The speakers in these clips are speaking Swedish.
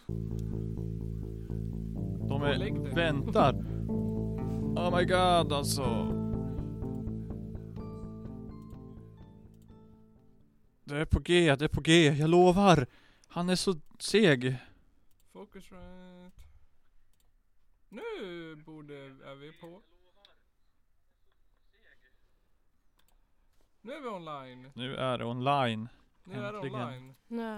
De väntar. Oh my god, alltså. Det är på G, jag lovar. Han är så seg. Focus right. Nu är vi på. Nu är vi online. Nu är det online. Nu är det online.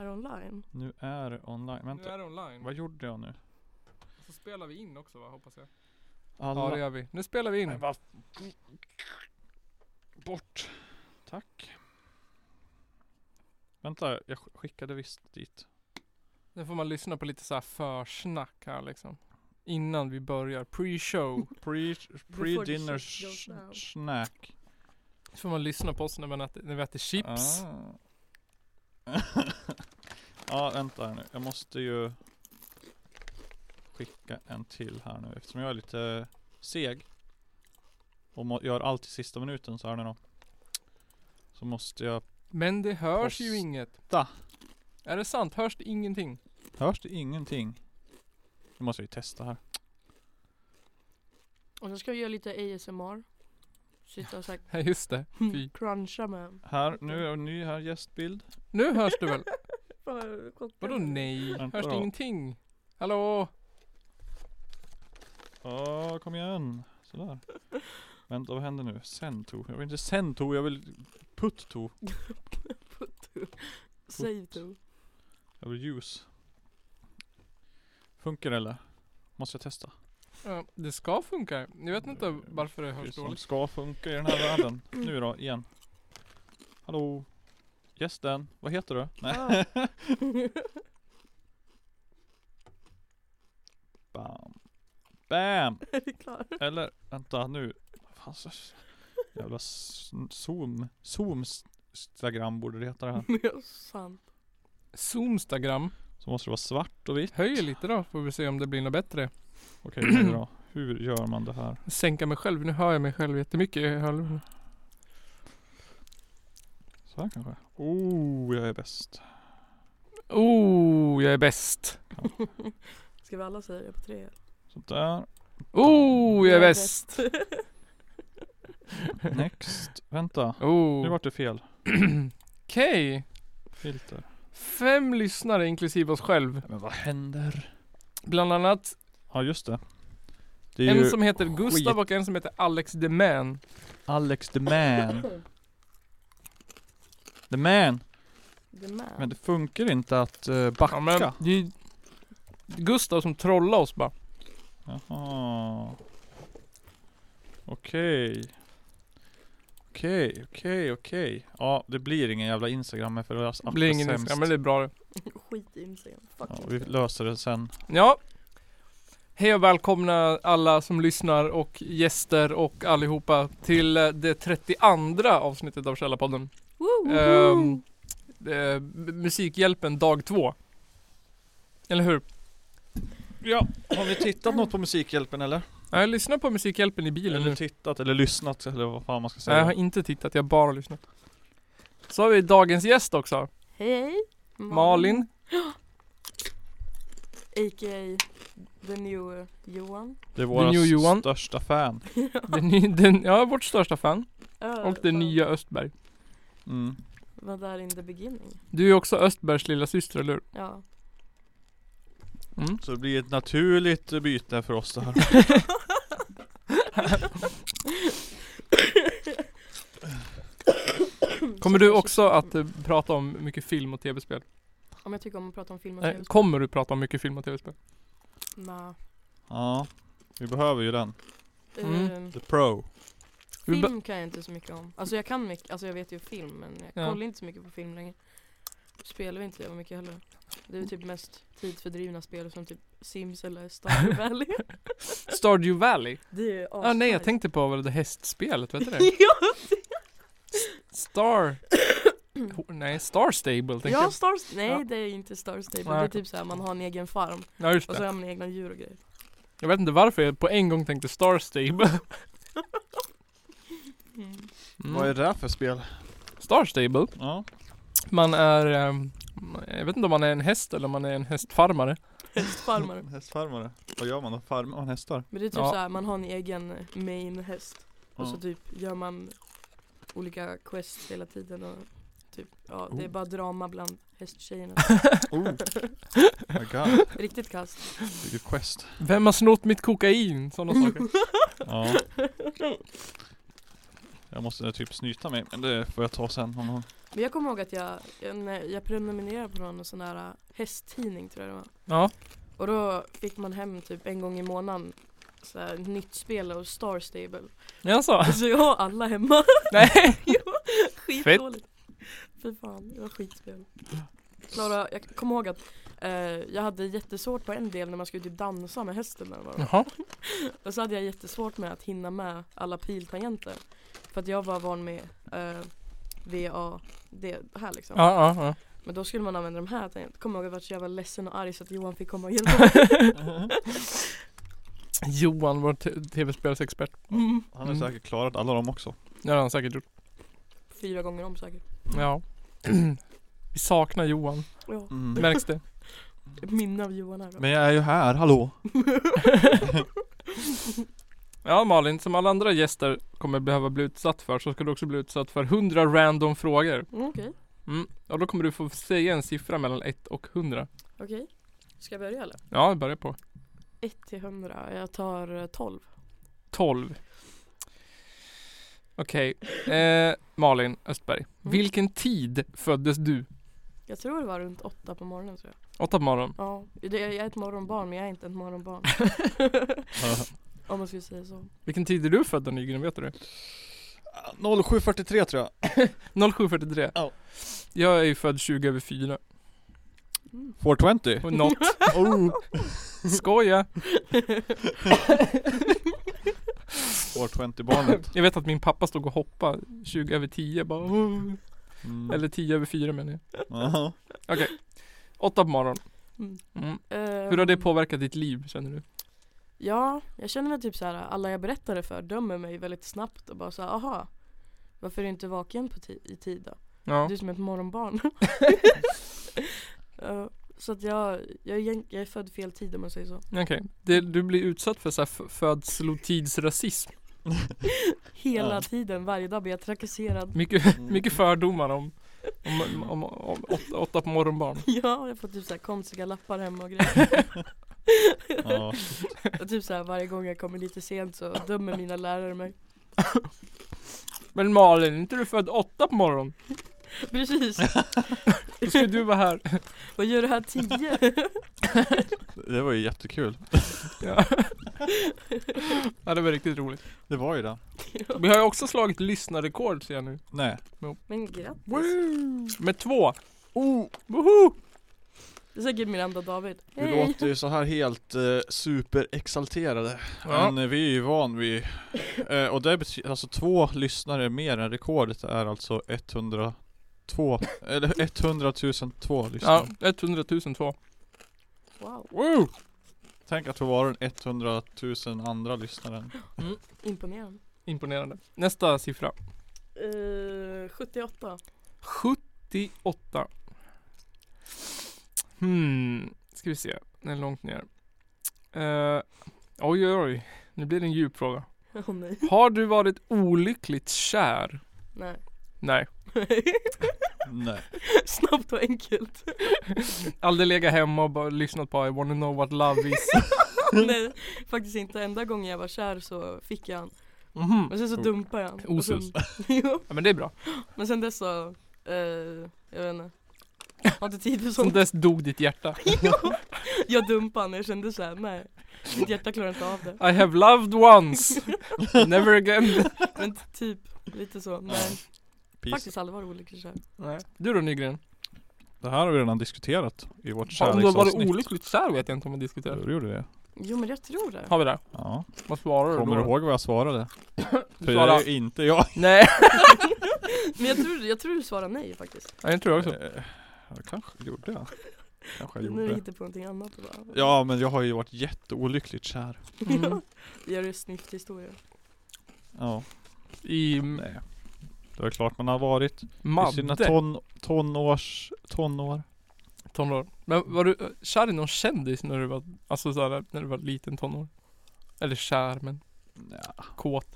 Vänta. Nu är det online. Vad gjorde jag nu? Så spelar vi in också, va, hoppas jag. Alla. Ja, det gör vi. Nu spelar vi in. Nej, bara... Bort. Tack. Vänta, jag skickade visst dit. Nu får man lyssna på lite så här försnack här liksom. Innan vi börjar. Pre-show. Pre-dinner snack. Så får man lyssna på oss när vi äter chips. Ja, vänta här nu. Jag måste ju skicka en till här nu. Eftersom jag är lite seg. Och gör allt i sista minuten så här nu då. Så måste jag... Men det hörs ju inget. Är det sant? Hörs det ingenting? Hörs det ingenting? Nu måste vi testa här. Och så ska vi göra lite ASMR. Sitta och sagt. Ja, just det. Fy. Cruncha med. Här, nu är en ny här gästbild. Nu hörs det väl? Vadå nej? Vänta Hörs det då. ingenting? Hallå? Kom igen. Sådär. Vänta, vad händer nu? Send to. Jag vill inte send to, jag vill put to. Save to. Jag vill use. Funkar det eller? Måste jag testa? Ja, det ska funka. Jag vet inte varför det hörs Det som dåligt. ska funka i den här världen. Nu då, igen. Hallå? Gästen, vad heter du? Nej. Bam. Bam! Är vi klara? Eller, vänta nu. Fan så... Jävla Zoom-stagram borde det heta det här. Ja, sant. Zoomstagram. Så måste det vara svart och vitt. Höjer lite då, får vi se om det blir något bättre. Okej, nu då. Hur gör man det här? Sänka mig själv, nu hör jag mig själv jättemycket i hörlurarna. Så här kanske. Jag är bäst. Jag är bäst. Ska vi alla säga det på 3? Sådär. Jag är bäst. Next. Vänta. Nu vart det fel. Okej. Filter. 5 lyssnare inklusive oss själv. Men vad händer? Bland annat Ja, just det. Det är en ju som heter Gustav och en som heter Alex the Man. Alex the Man. The Man. Men det funkar inte att backa. Ja, men det är Gustav som trollar oss bara. Jaha. Okej. Ja, det blir ingen jävla Instagram för det blir ingen Instagram, men det är bra det. Skit i Instagram. Vi löser det sen. Ja. Hej och välkomna alla som lyssnar och gäster och allihopa till det 32 avsnittet av Källarpodden. Musikhjälpen dag 2. Eller hur? Ja, har vi tittat något på Musikhjälpen eller? Jag lyssnar på Musikhjälpen i bilen eller nu. Tittat eller lyssnat eller vad fan man ska säga. Nej, jag har inte tittat, jag har bara lyssnat. Så har vi dagens gäst också. Hej. Malin. A.k.a. the new Johan. Det är vår största fan. Vårt största fan. Och den nya Östberg. Var där in the beginning. Du är också Östbergs lilla syster, eller hur? Ja. Så det blir ett naturligt byte för oss det här. Kommer du också att prata om mycket film och tv-spel? Om jag tycker om att prata om film och tv-spel. Kommer du prata om mycket film och tv-spel? Nej. Ja, vi behöver ju den. The Pro. Film kan jag inte så mycket om. Alltså jag kan mycket, alltså jag vet ju film, men jag kollar inte så mycket på film längre. Spelar vi inte så mycket heller. Det är typ mest tidsfördrivna spel som typ Sims eller Stardew Valley. Stardew Valley? Det är nej, jag tänkte på vad det hästspelet, vet du det? Star Stable tänkte jag. Nej, det är inte Star Stable. Det är typ så här, man har en egen farm. Ja, just det. Och så har man egna djur och grejer. Jag vet inte varför jag på en gång tänkte Star Stable. Vad är det där för spel? Star Stable? Ja. Man Jag vet inte om man är en häst eller om man är en hästfarmare. Hästfarmare. Hästfarmare. Vad gör man då? Farmar man hästar? Men det är typ så här, man har en egen main häst. Och så Ja. typ gör man olika quests hela tiden och typ, ja, det är bara drama bland hästtjejerna. Oh my god. Riktigt kast. Vilket quest. Vem har snott mitt kokain? Sådana saker. Ja. Jag måste typ snyta mig, men det får jag ta sen. Men jag kommer ihåg att jag prenumererade på någon sån där hästtidning, tror jag det var. Ja. Och då fick man hem typ en gång i månaden så här, nytt spel och Star Stable. Jaså? Så jag har alla hemma. Nej. Skitdåligt. Fy fan, det var skitspel. Klara, jag kommer ihåg att jag hade jättesvårt på en del när man skulle typ dansa med hästen. Jaha. Och så hade jag jättesvårt med att hinna med alla piltangenter. För att jag var van med VA, det här liksom. Ja. Men då skulle man använda de här tangenterna. Kommer ihåg att jag var så jävla ledsen och arg så att Johan fick komma och hjälpa mig. Johan, vår tv-spelsexpert. Han har säkert klarat alla dem också. Det har han säkert gjort. 4 gånger om säkert. Ja. Vi saknar Johan. Ja. Märks det? Ett minne av Johan här då. Men jag är ju här, hallå. Ja, Malin, som alla andra gäster kommer behöva bli utsatt för, så ska du också bli utsatt för 100 random frågor. Okej. Och då kommer du få säga en siffra mellan 1 och 100. Okej. Ska jag börja eller? Ja, börja på 1 till 100. Jag tar 12. 12. Okej. Malin Östberg. Vilken tid föddes du? Jag tror det var runt 8 på morgonen, tror jag. 8 på morgonen. Ja, jag är ett morgonbarn, men jag är inte ett morgonbarn. Om man skulle säga så. Vilken tid är du född då, Nygren? Vet du det? 07:43 tror jag. 07:43. Ja. Jag är ju född 20 över 4. 420. Och något. Skoja. 420-barnet. Jag vet att min pappa stod och hoppade 20 över 10. Bara, Eller 10 över 4 menar jag. Aha. Okej. 8 på morgonen. Mm. Hur har det påverkat ditt liv, känner du? Ja, jag känner mig typ så här. Alla jag berättade för dömer mig väldigt snabbt och bara så här, aha, varför är du inte vaken på i tid då? Ja. Du är som ett morgonbarn. Så att jag är född fel tid, om man säger så. Okej. Du blir utsatt för så här födslotidsrasism. Hela tiden, varje dag blir jag trakasserad. Mycket fördomar om 8 på morgonbarn. Ja, jag får typ så här konstiga lappar hemma och grejer. Ja. Och typ så här, varje gång jag kommer lite sent så dömer mina lärare mig. Men Malin, är inte du född 8 på morgonen? Precis. Då ska du vara här. Vad gör du här 10? Det var ju jättekul. Ja. Ja, det var riktigt roligt. Det var ju det. Vi har ju också slagit lyssnarrekord, ser jag nu. Nej. Men grattis. Woo! Med 2. Woho! Det är säkert Miranda David. Vi låter ju så här helt superexalterade. Ja. Men vi är ju van vid och det betyder alltså 2 lyssnare mer än rekordet är alltså 102 eller 100 002 lyssnare. Ja, 100 002. Wow. Woo! Tänk att få vara den 100 000 andra lyssnaren. Imponerande. Imponerande. Nästa siffra. 78. 78. Ska vi se. Den är långt ner. Oj. Nu blir det en djup fråga. Åh nej. Har du varit olyckligt kär? Nej. Nej. Nej. Snabbt och enkelt. Aldrig legat hemma och bara lyssnat på I wanna know what love is. Nej, faktiskt inte. Enda gången jag var kär så fick jag han. Men sen så dumpade jag han. Osus. Jo. Ja, men det är bra. Men sen dess så jag vet inte. Jag har inte tid för Sen sånt. dess dog ditt hjärta. Jag dumpade han och jag kände såhär, nej. Mitt hjärta klarar inte av det. I have loved once. Never again. Men typ, lite så. Nej, Peace. faktiskt aldrig varit olycklig kär. Nej. Du då, Nygren? Det här har vi redan diskuterat i vårt Om du har varit kärleksavsnitt. olyckligt kär vet jag inte om vi diskuterar. Du gjorde det. Jo, men jag tror det. Har vi det? Ja. Vad svarar du Kommer då? du ihåg vad jag svarade? För svarar- det är ju inte jag. Nej. Men jag tror du svarar nej faktiskt. Ja, jag tror också. Jag kanske gjorde jag. Kanske jag Nu gjorde. hittar på någonting annat. Och bara. Ja, men jag har ju varit jätteolyckligt kär. Ja, det gör det snyfthistoria. Ja. Nej. Det är klart man har varit i sina Madde. tonår. tonår. Men var du kär i någon kändis när du var, alltså såhär, när du var liten tonår? Eller kär, men Ja. kåt.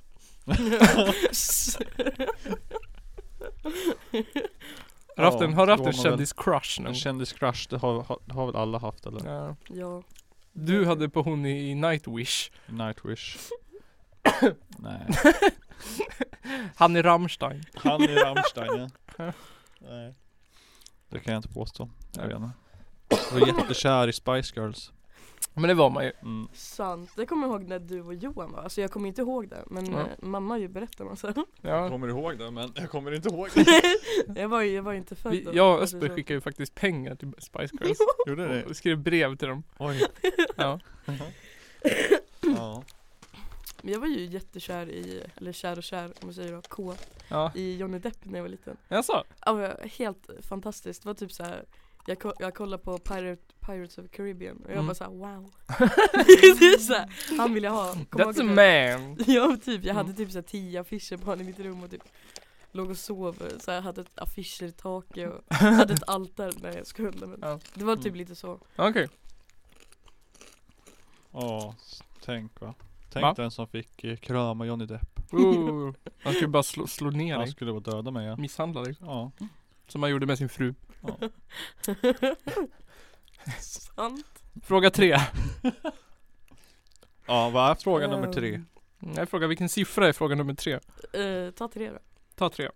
Har du haft en kändis-crush En någon? kändis-crush, det har väl alla haft eller? Ja. Ja. Du hade på hon i Nightwish. Nightwish. Nej. Han är Rammstein. Han är Rammstein, ja. Nej. Det kan jag inte påstå. Jag vet inte. Jag var jättekär i Spice Girls. Men det var man ju. Mm. Sant. Det kommer jag ihåg när du och Johan var. Alltså jag kommer inte ihåg det. Men mamma har ju berättat massa. Ja. Kommer ihåg det, men jag kommer inte ihåg det. jag var ju inte född då. Jag och Alltså, Östberg så. skickade ju faktiskt pengar till Spice Girls. Gjorde det? Och skrev brev till dem. Oj. Ja. Ja. Men jag var ju jättekär i, eller kär om man säger då, Ja. i Johnny Depp när jag var liten. Jaså? Ja, helt fantastiskt. Det var typ så här. Jag kollade på Pirates of the Caribbean och jag bara såhär wow. Det är så här, han ville ha. That's a man. Ja, typ jag hade typ så här 10 affischer på honom i mitt rum och typ låg och sov så jag hade ett affischer i taket och hade ett altare när jag skulle, men Ja. det var typ lite så. Okej. Tänk va. Va? Tänk den som fick krama Johnny Depp. Han skulle bara slå ner Han dig. skulle vara döda mig, ja. Misshandla dig. Ja. Som han gjorde med sin fru. Ja. Sant. Fråga 3. Ja, vad är fråga nummer 3? Jag frågar vilken siffra är fråga nummer 3? Ta 3 då. Ta 3.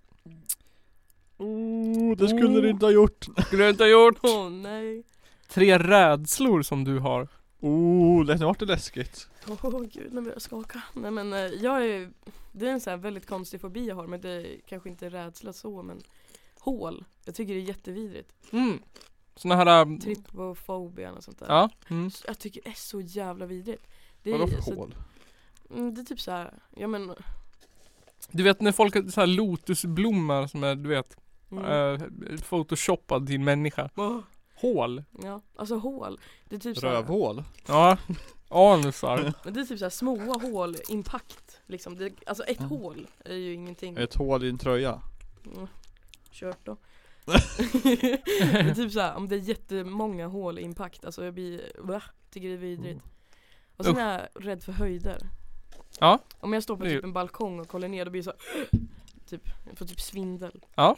Det skulle du inte ha gjort. Skulle du inte ha gjort? Nej. 3 rädslor som du har. Det vart det läskigt. Gud, nu börjar jag skaka. Nej men det är en sån här väldigt konstig fobi jag har, men det är kanske inte rädsla så, men hål. Jag tycker det är jättevidrigt. Såna här... Trypofobian och sånt där. Ja. Så jag tycker det är så jävla vidrigt. Det Vadå är för hål? det är typ så här. Ja men Du vet när folk har så här lotusblommor som är, du vet, photoshoppad till en människa. Hål. Ja, alltså hål. Det är typ så Rövhål? Ja. Anusar. Men det är typ så här små hål impakt liksom. Det, alltså ett hål är ju ingenting. Ett hål i en tröja? Kört då. Men typ så här, om det är jättemånga hål impakt, alltså jag tycker det är vidrigt. Och sen är jag rädd för höjder. Ja. Om jag står på typ en balkong och kollar ner, då blir det så typ, jag får typ svindel. Ja.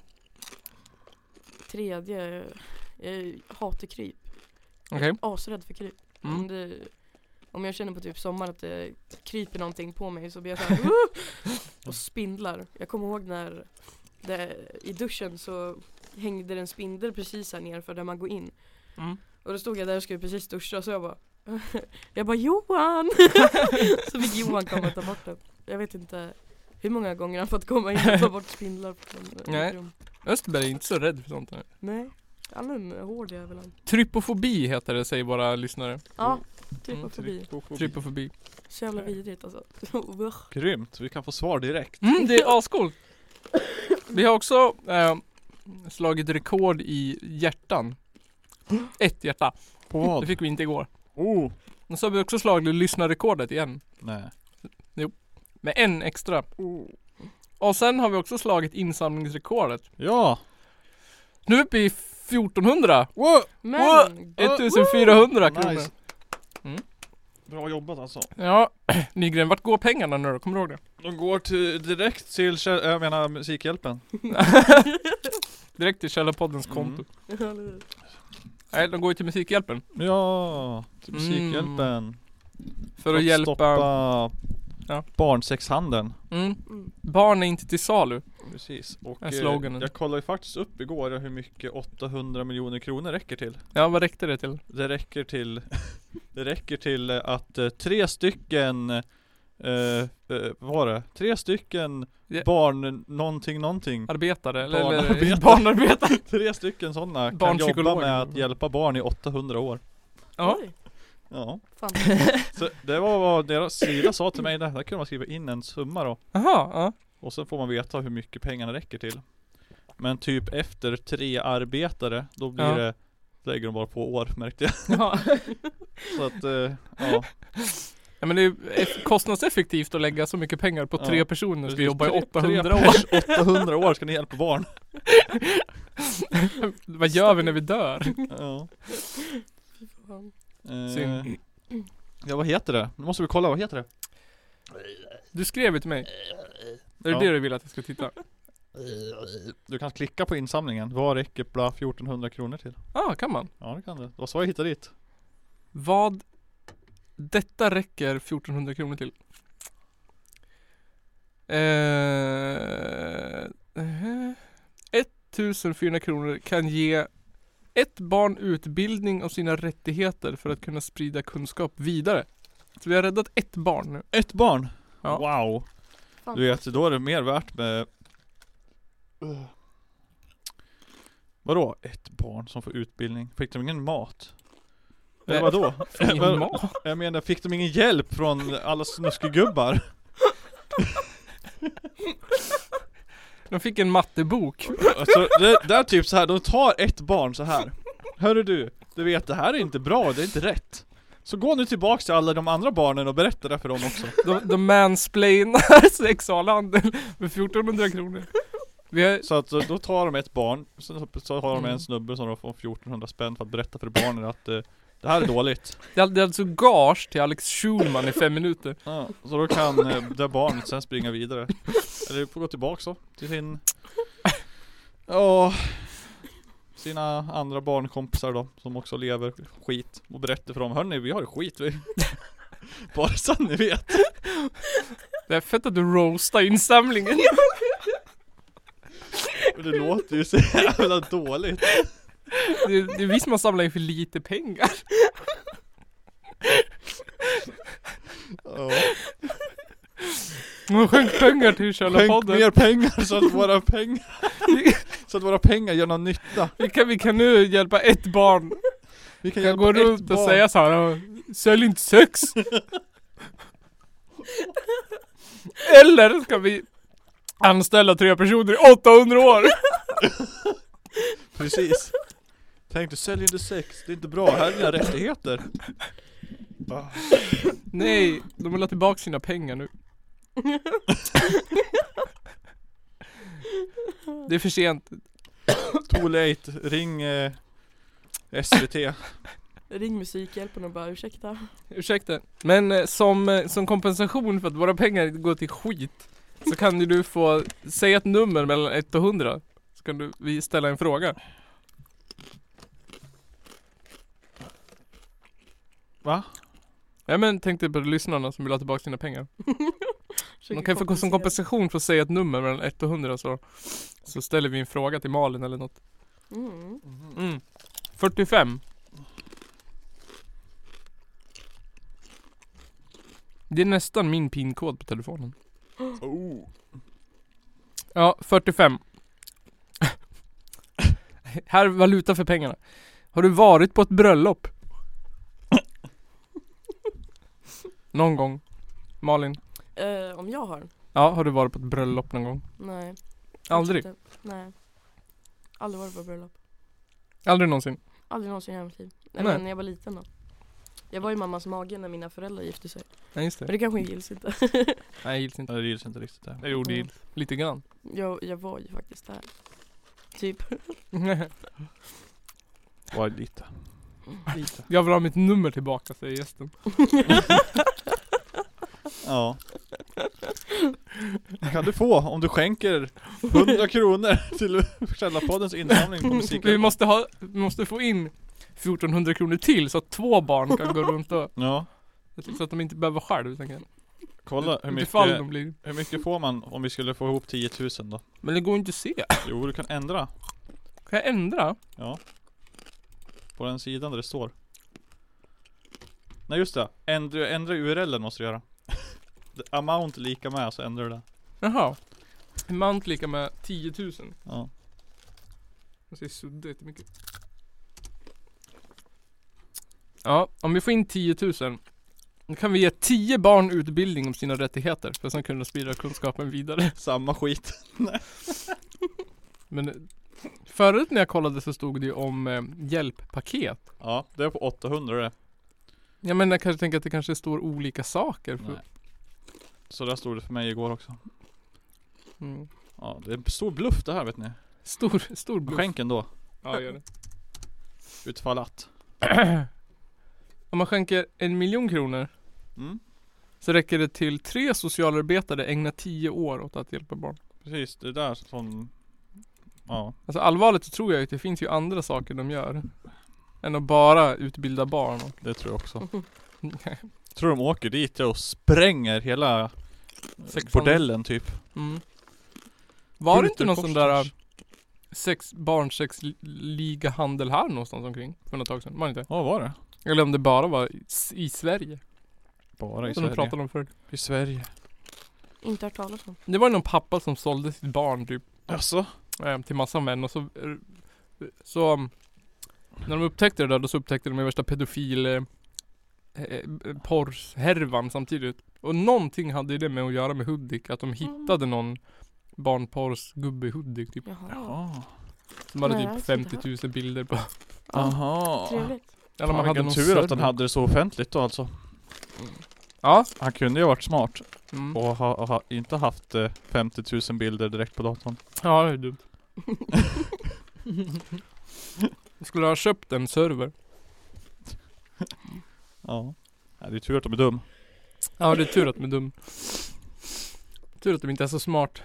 Tredje, jag hatar kryp. Okej. Jag är asrädd för kryp. Om jag känner på typ sommar att det kryper någonting på mig så blir jag så här, och spindlar. Jag kommer ihåg när i duschen så hängde det en spindel precis här nerför där man går in. Och då stod jag där och skulle precis duscha och så jag bara Johan! Så fick Johan komma och ta bort den. Jag vet inte hur många gånger han fått komma in och ta bort spindlar från Nej. rum. Österberg är inte så rädd för sånt här. Nej, han är en hård jävel. Trypofobi heter det, säger våra lyssnare. Ja, trypofobi. Trypofobi. Så jävla vidrigt alltså. Grymt, vi kan få svar direkt. Det är ascoolt. Vi har också slagit rekord i hjärtan. 1 hjärta. På vad? Det fick vi inte igår. Och så har vi också slagit lyssnarrekordet igen. Nej. Jo. Med 1 extra. Och sen har vi också slagit insamlingsrekordet. Ja. Nu är vi uppe i 1400. Men 1400 kronor. Nice. Bra jobbat alltså. Ja, Nygren, vart går pengarna nu då? Kommer du ihåg det? De går direkt till Musikhjälpen. Direkt till Källarpoddens konto. Nej, de går ju till Musikhjälpen. Ja, till Musikhjälpen. För att hjälpa stoppa barnsexhandeln. Barn är inte till salu. Precis. Och sloganen. jag kollade ju faktiskt upp igår hur mycket 800 miljoner kronor räcker till. Ja, vad räckte det till? Det räcker till att 3 stycken vad var det? 3 stycken barn någonting arbetare eller barnarbetare. 3 stycken sådana kan jobba med att hjälpa barn i 800 år. Ja. Ja. Fan. Så det var vad deras sida sa till mig där. Där kunde man skriva in en summa då. Aha, ja. Och så får man veta hur mycket pengarna räcker till. Men typ efter 3 arbetare, då blir det, lägger de bara på år, märkte jag. Ja. Så att, ja. Ja, men det är kostnadseffektivt att lägga så mycket pengar på 3 personer som jobbar i 800 år. 800 år ska ni hjälpa barn. Vad gör vi när vi dör? Ja. Synd. Ja, vad heter det? Nu måste vi kolla, vad heter det? Du skrev ju till mig. Är det det du vill att jag ska titta? Du kan klicka på insamlingen. Vad räcker bla 1400 kronor till? Kan man? Ja, det kan du. Vad så jag hittar dit? Vad detta räcker 1400 kronor till? 1400 kronor kan ge ett barn utbildning om sina rättigheter för att kunna sprida kunskap vidare. Så vi har räddat ett barn nu. Ett barn? Ja. Wow. Fan. Du vet, då är det mer värt med... Vadå? Ett barn som får utbildning? Fick de ingen mat? Eller vadå? Ingen mat? Jag menar, fick de ingen hjälp från alla snuskegubbar? De fick en mattebok. Alltså, det är typ så här, de tar ett barn så här. Hörru du vet det här är inte bra, det är inte rätt. Så gå nu tillbaks till alla de andra barnen och berätta det för dem också. De mansplainar sexualhandel med 1400 kronor. Så att då tar de ett barn, så har de en snubbe som de får 1400 spänn för att berätta för barnen att det här är dåligt. Det är alltså gage till Alex Schulman i 5 minuter. Ja, så då kan det barnet sen springa vidare. Eller får gå tillbaka så till sin sina andra barnkompisar då, som också lever skit, och berättar för dem: hörni, vi har det skit vi. Bara så ni vet. Det är fett att du roastar insamlingen. Men det låter ju så jävla dåligt. Det är vi som har samlat in för lite pengar. Ja. Skänk pengar till Skänk Källarpodden. mer pengar så att våra pengar gör någon nytta. Vi kan nu hjälpa ett barn. Vi kan Jag gå runt och säga så här: sälj inte sex. Eller ska vi anställa 3 personer i 800 år? Precis. Tänk du, sälj inte sex, det är inte bra, här är dina rättigheter. Nej, de vill ha tillbaka sina pengar nu. Det är för sent. Too late, ring SVT. Ring Musikhjälpen och bara ursäkta. Men som kompensation för att våra pengar går till skit, så kan du få säga ett nummer mellan 1 och 100. Så kan vi ställa en fråga. Va? Ja, men tänkte på lyssnarna som vill ha tillbaka sina pengar. De kan få som kompensation för att säga ett nummer mellan 1 och 100, så ställer vi en fråga till Malin eller något. 45. Det är nästan min pinkod på telefonen. Ja, 45. Här, valuta för pengarna. Har du varit på ett bröllop? Någon gång, Malin? Om jag har? Ja, har du varit på ett bröllop någon gång? Nej. Aldrig? Nej. Aldrig varit på bröllop. Aldrig någonsin? Aldrig någonsin i hela mitt liv. Nej. Men när jag var liten då. Jag var i mammas mage när mina föräldrar gifte sig. Nej, just det. Men det kanske gills inte. Nej, gills inte. Det gills inte riktigt det. Jag gjorde gills. Lite grann. Jag var ju faktiskt där. Typ. Var lite. Jag vill ha mitt nummer tillbaka, säger gästen. Ja. Kan du få om du skänker 100 kronor till Källarpoddens insamling på musik. Vi måste få in 1400 kronor till så att 2 barn kan gå runt och... Ja. Så att de inte behöver själv, tänker jag. Kolla hur mycket får man om vi skulle få ihop 10 000 då? Men det går inte att se. Jo, du kan ändra. Kan jag ändra? Ja. På den sidan där det står. Nej, just det. Ändra URLen måste du göra. Amount lika med, så ändrar du det. Jaha. Amount lika med 10 000. Ja. Jag säger sudda jättemycket. Ja, om vi får in 10 000, då kan vi ge 10 barn utbildning om sina rättigheter för att sedan kunna sprida kunskapen vidare. Samma skit. Men förut när jag kollade så stod det om hjälppaket. Ja, det är på 800 det. Ja, men jag kanske tänker att det kanske står olika saker. Nej. Så där stod det för mig igår också. Mm. Ja, det är en stor bluff det här, vet ni. Stor bluff. Skänken då. Ja, gör det. Utfall att. Om man skänker 1 miljon kronor så räcker det till 3 socialarbetare ägna 10 år åt att hjälpa barn. Precis, det är där som... Ja. Alltså allvarligt så tror jag att det finns ju andra saker de gör än att bara utbilda barn. Det tror jag också. Jag tror de åker dit och spränger hela bordellen typ. Var det inte någon sån där barnsexligahandel här någonstans omkring för något tag sedan? Var det inte? Ja, var det? Eller om det bara var i Sverige. Bara i som Sverige. de pratade om förr. I Sverige. Inte hört talas om. Det var någon pappa som sålde sitt barn typ. Alltså? Till massa män och så när de upptäckte det där, då så upptäckte de värsta pedofil porrhärvan samtidigt. Och någonting hade det med att göra med Hudik, att de hittade någon barnporrsgubbe i Hudik typ. Jaha. Som hade Nej, typ 50 000 bilder på. Jaha. Trevligt. Eller man hade någon tur att han hade det så offentligt då alltså. Ja. Han kunde ju ha varit smart. Mm. Och ha inte haft 50 000 bilder direkt på datorn. Ja, det är dumt. Jag skulle ha köpt en server. Ja. Det är tur att de är dum. Ja, det är tur att de är dum. Tur att de inte är så smart.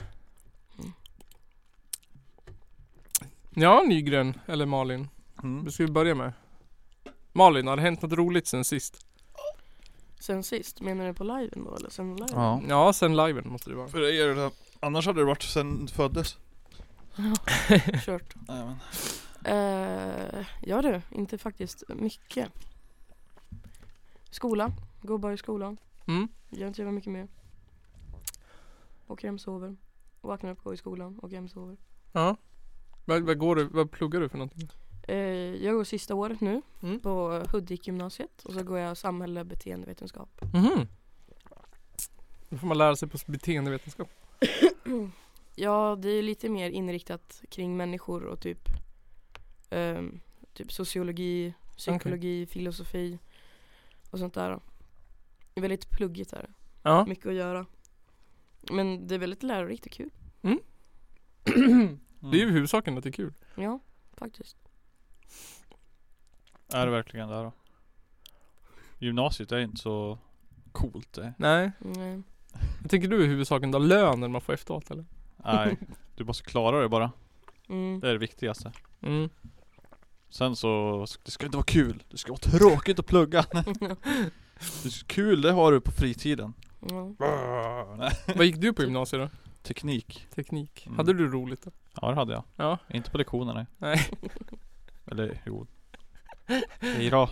Ja, Nygren eller Malin. Vi ska börja med. Malin, har det hänt något roligt sen sist? Sen sist? Menar du på liven då eller sen liven? Ja. Ja, sen liven måste det vara. För det är det. Annars hade det varit sen föddes. Kört. Nej, men. Ja du, inte faktiskt mycket. Skola, går bara i skolan. Gör inte mycket mer. Åker hem, sover. Vaknar upp, går i skolan, åker hem, sover. Ja. Vad pluggar du för någonting? Jag går sista året nu på Hudik gymnasiet. Och så går jag samhälle- beteendevetenskap. Då får man lära sig på beteendevetenskap. Ja, det är lite mer inriktat kring människor och typ sociologi, psykologi, filosofi och sånt där. Det är väldigt pluggigt där. Ja. Mycket att göra. Men det är väldigt lärorikt och kul. Det är ju huvudsaken att det är kul. Ja, faktiskt. Är det verkligen där då? Gymnasiet är inte så coolt det. Nej. Nej. Jag tänker du är huvudsaken då lönen man får efteråt eller? Nej, du måste klara det bara. Mm. Det är det viktigaste. Mm. Sen så, det ska inte vara kul. Det ska vara tråkigt att plugga. Det är kul, det har du på fritiden. Ja. Vad gick du på gymnasiet då? Teknik. Mm. Hade du roligt då? Ja, det hade jag. Ja. Inte på lektionerna. Nej. Eller jo. Hej då.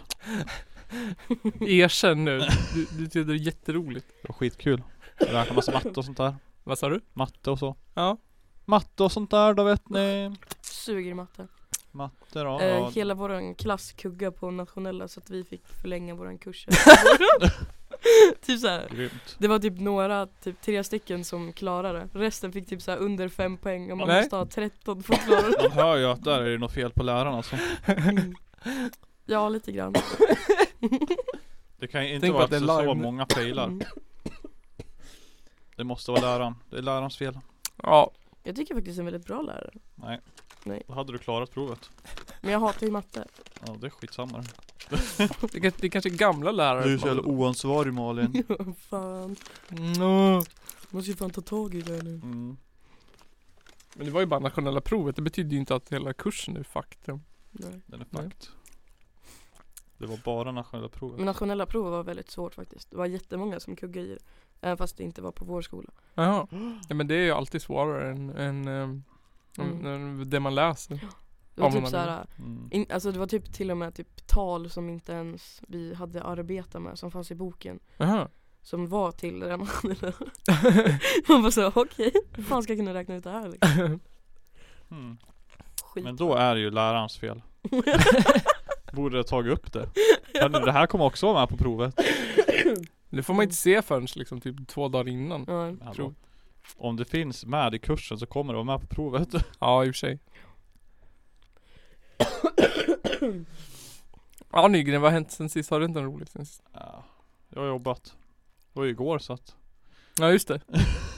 Erkänn nu. Du tyckte det är jätteroligt. Det var skitkul. Räkna massa matte och sånt där. Vad sa du? Matte och så. Ja. Matte och sånt där, då vet ni. Suger i matte. Matte då. Hela våran klass kugga på nationella så att vi fick förlänga våran kurs. Typ såhär. Grymt. Det var typ några, typ 3 stycken som klarade. Resten fick typ såhär under 5 poäng. Och man Nej. måste ha 13 för att klara det. Man hör ju att där är det något fel på lärarna alltså. Ja, lite grann. Det kan ju inte Tänk på vara att det är så live. många failar. Det måste vara läraren. Det är lärarens fel. Ja. Jag tycker faktiskt är en väldigt bra lärare. Nej. Nej. Då hade du klarat provet. Men jag hatar ju matte. Ja, det är skitsamma. Det kanske är gamla lärare. Du är så jävla oansvarig, Malin. Ja, fan. Måste ju fan ta tag i det nu. Mm. Men det var ju bara nationella provet. Det betyder ju inte att hela kursen är faktum. Nej. Den är fakt. Det var bara nationella provet. Men nationella prov var väldigt svårt faktiskt. Det var jättemånga som kuggade i det. Även fast det inte var på vår skola. Jaha. Ja, men det är ju alltid svårare än det man läser. Det var Om typ man såhär, alltså det var typ till och med typ tal som inte ens vi hade arbetat med, som fanns i boken. Jaha. Som var till den nationella. Man bara så, okej, hur fan ska jag kunna räkna ut det här liksom? Skit. Men då är det ju lärarens fel. Borde jag tagit upp det. Men det här kommer också vara med på provet. Det får man inte se förrän liksom typ 2 dagar innan. Ja. Alltså, om det finns med i kursen så kommer det vara med på provet. Ja, i och för sig. Ja, Nygren, vad har hänt sen sist? Har du inte något roligt sen sist? Ja, jag har jobbat. Det var ju igår så att... Ja, just det.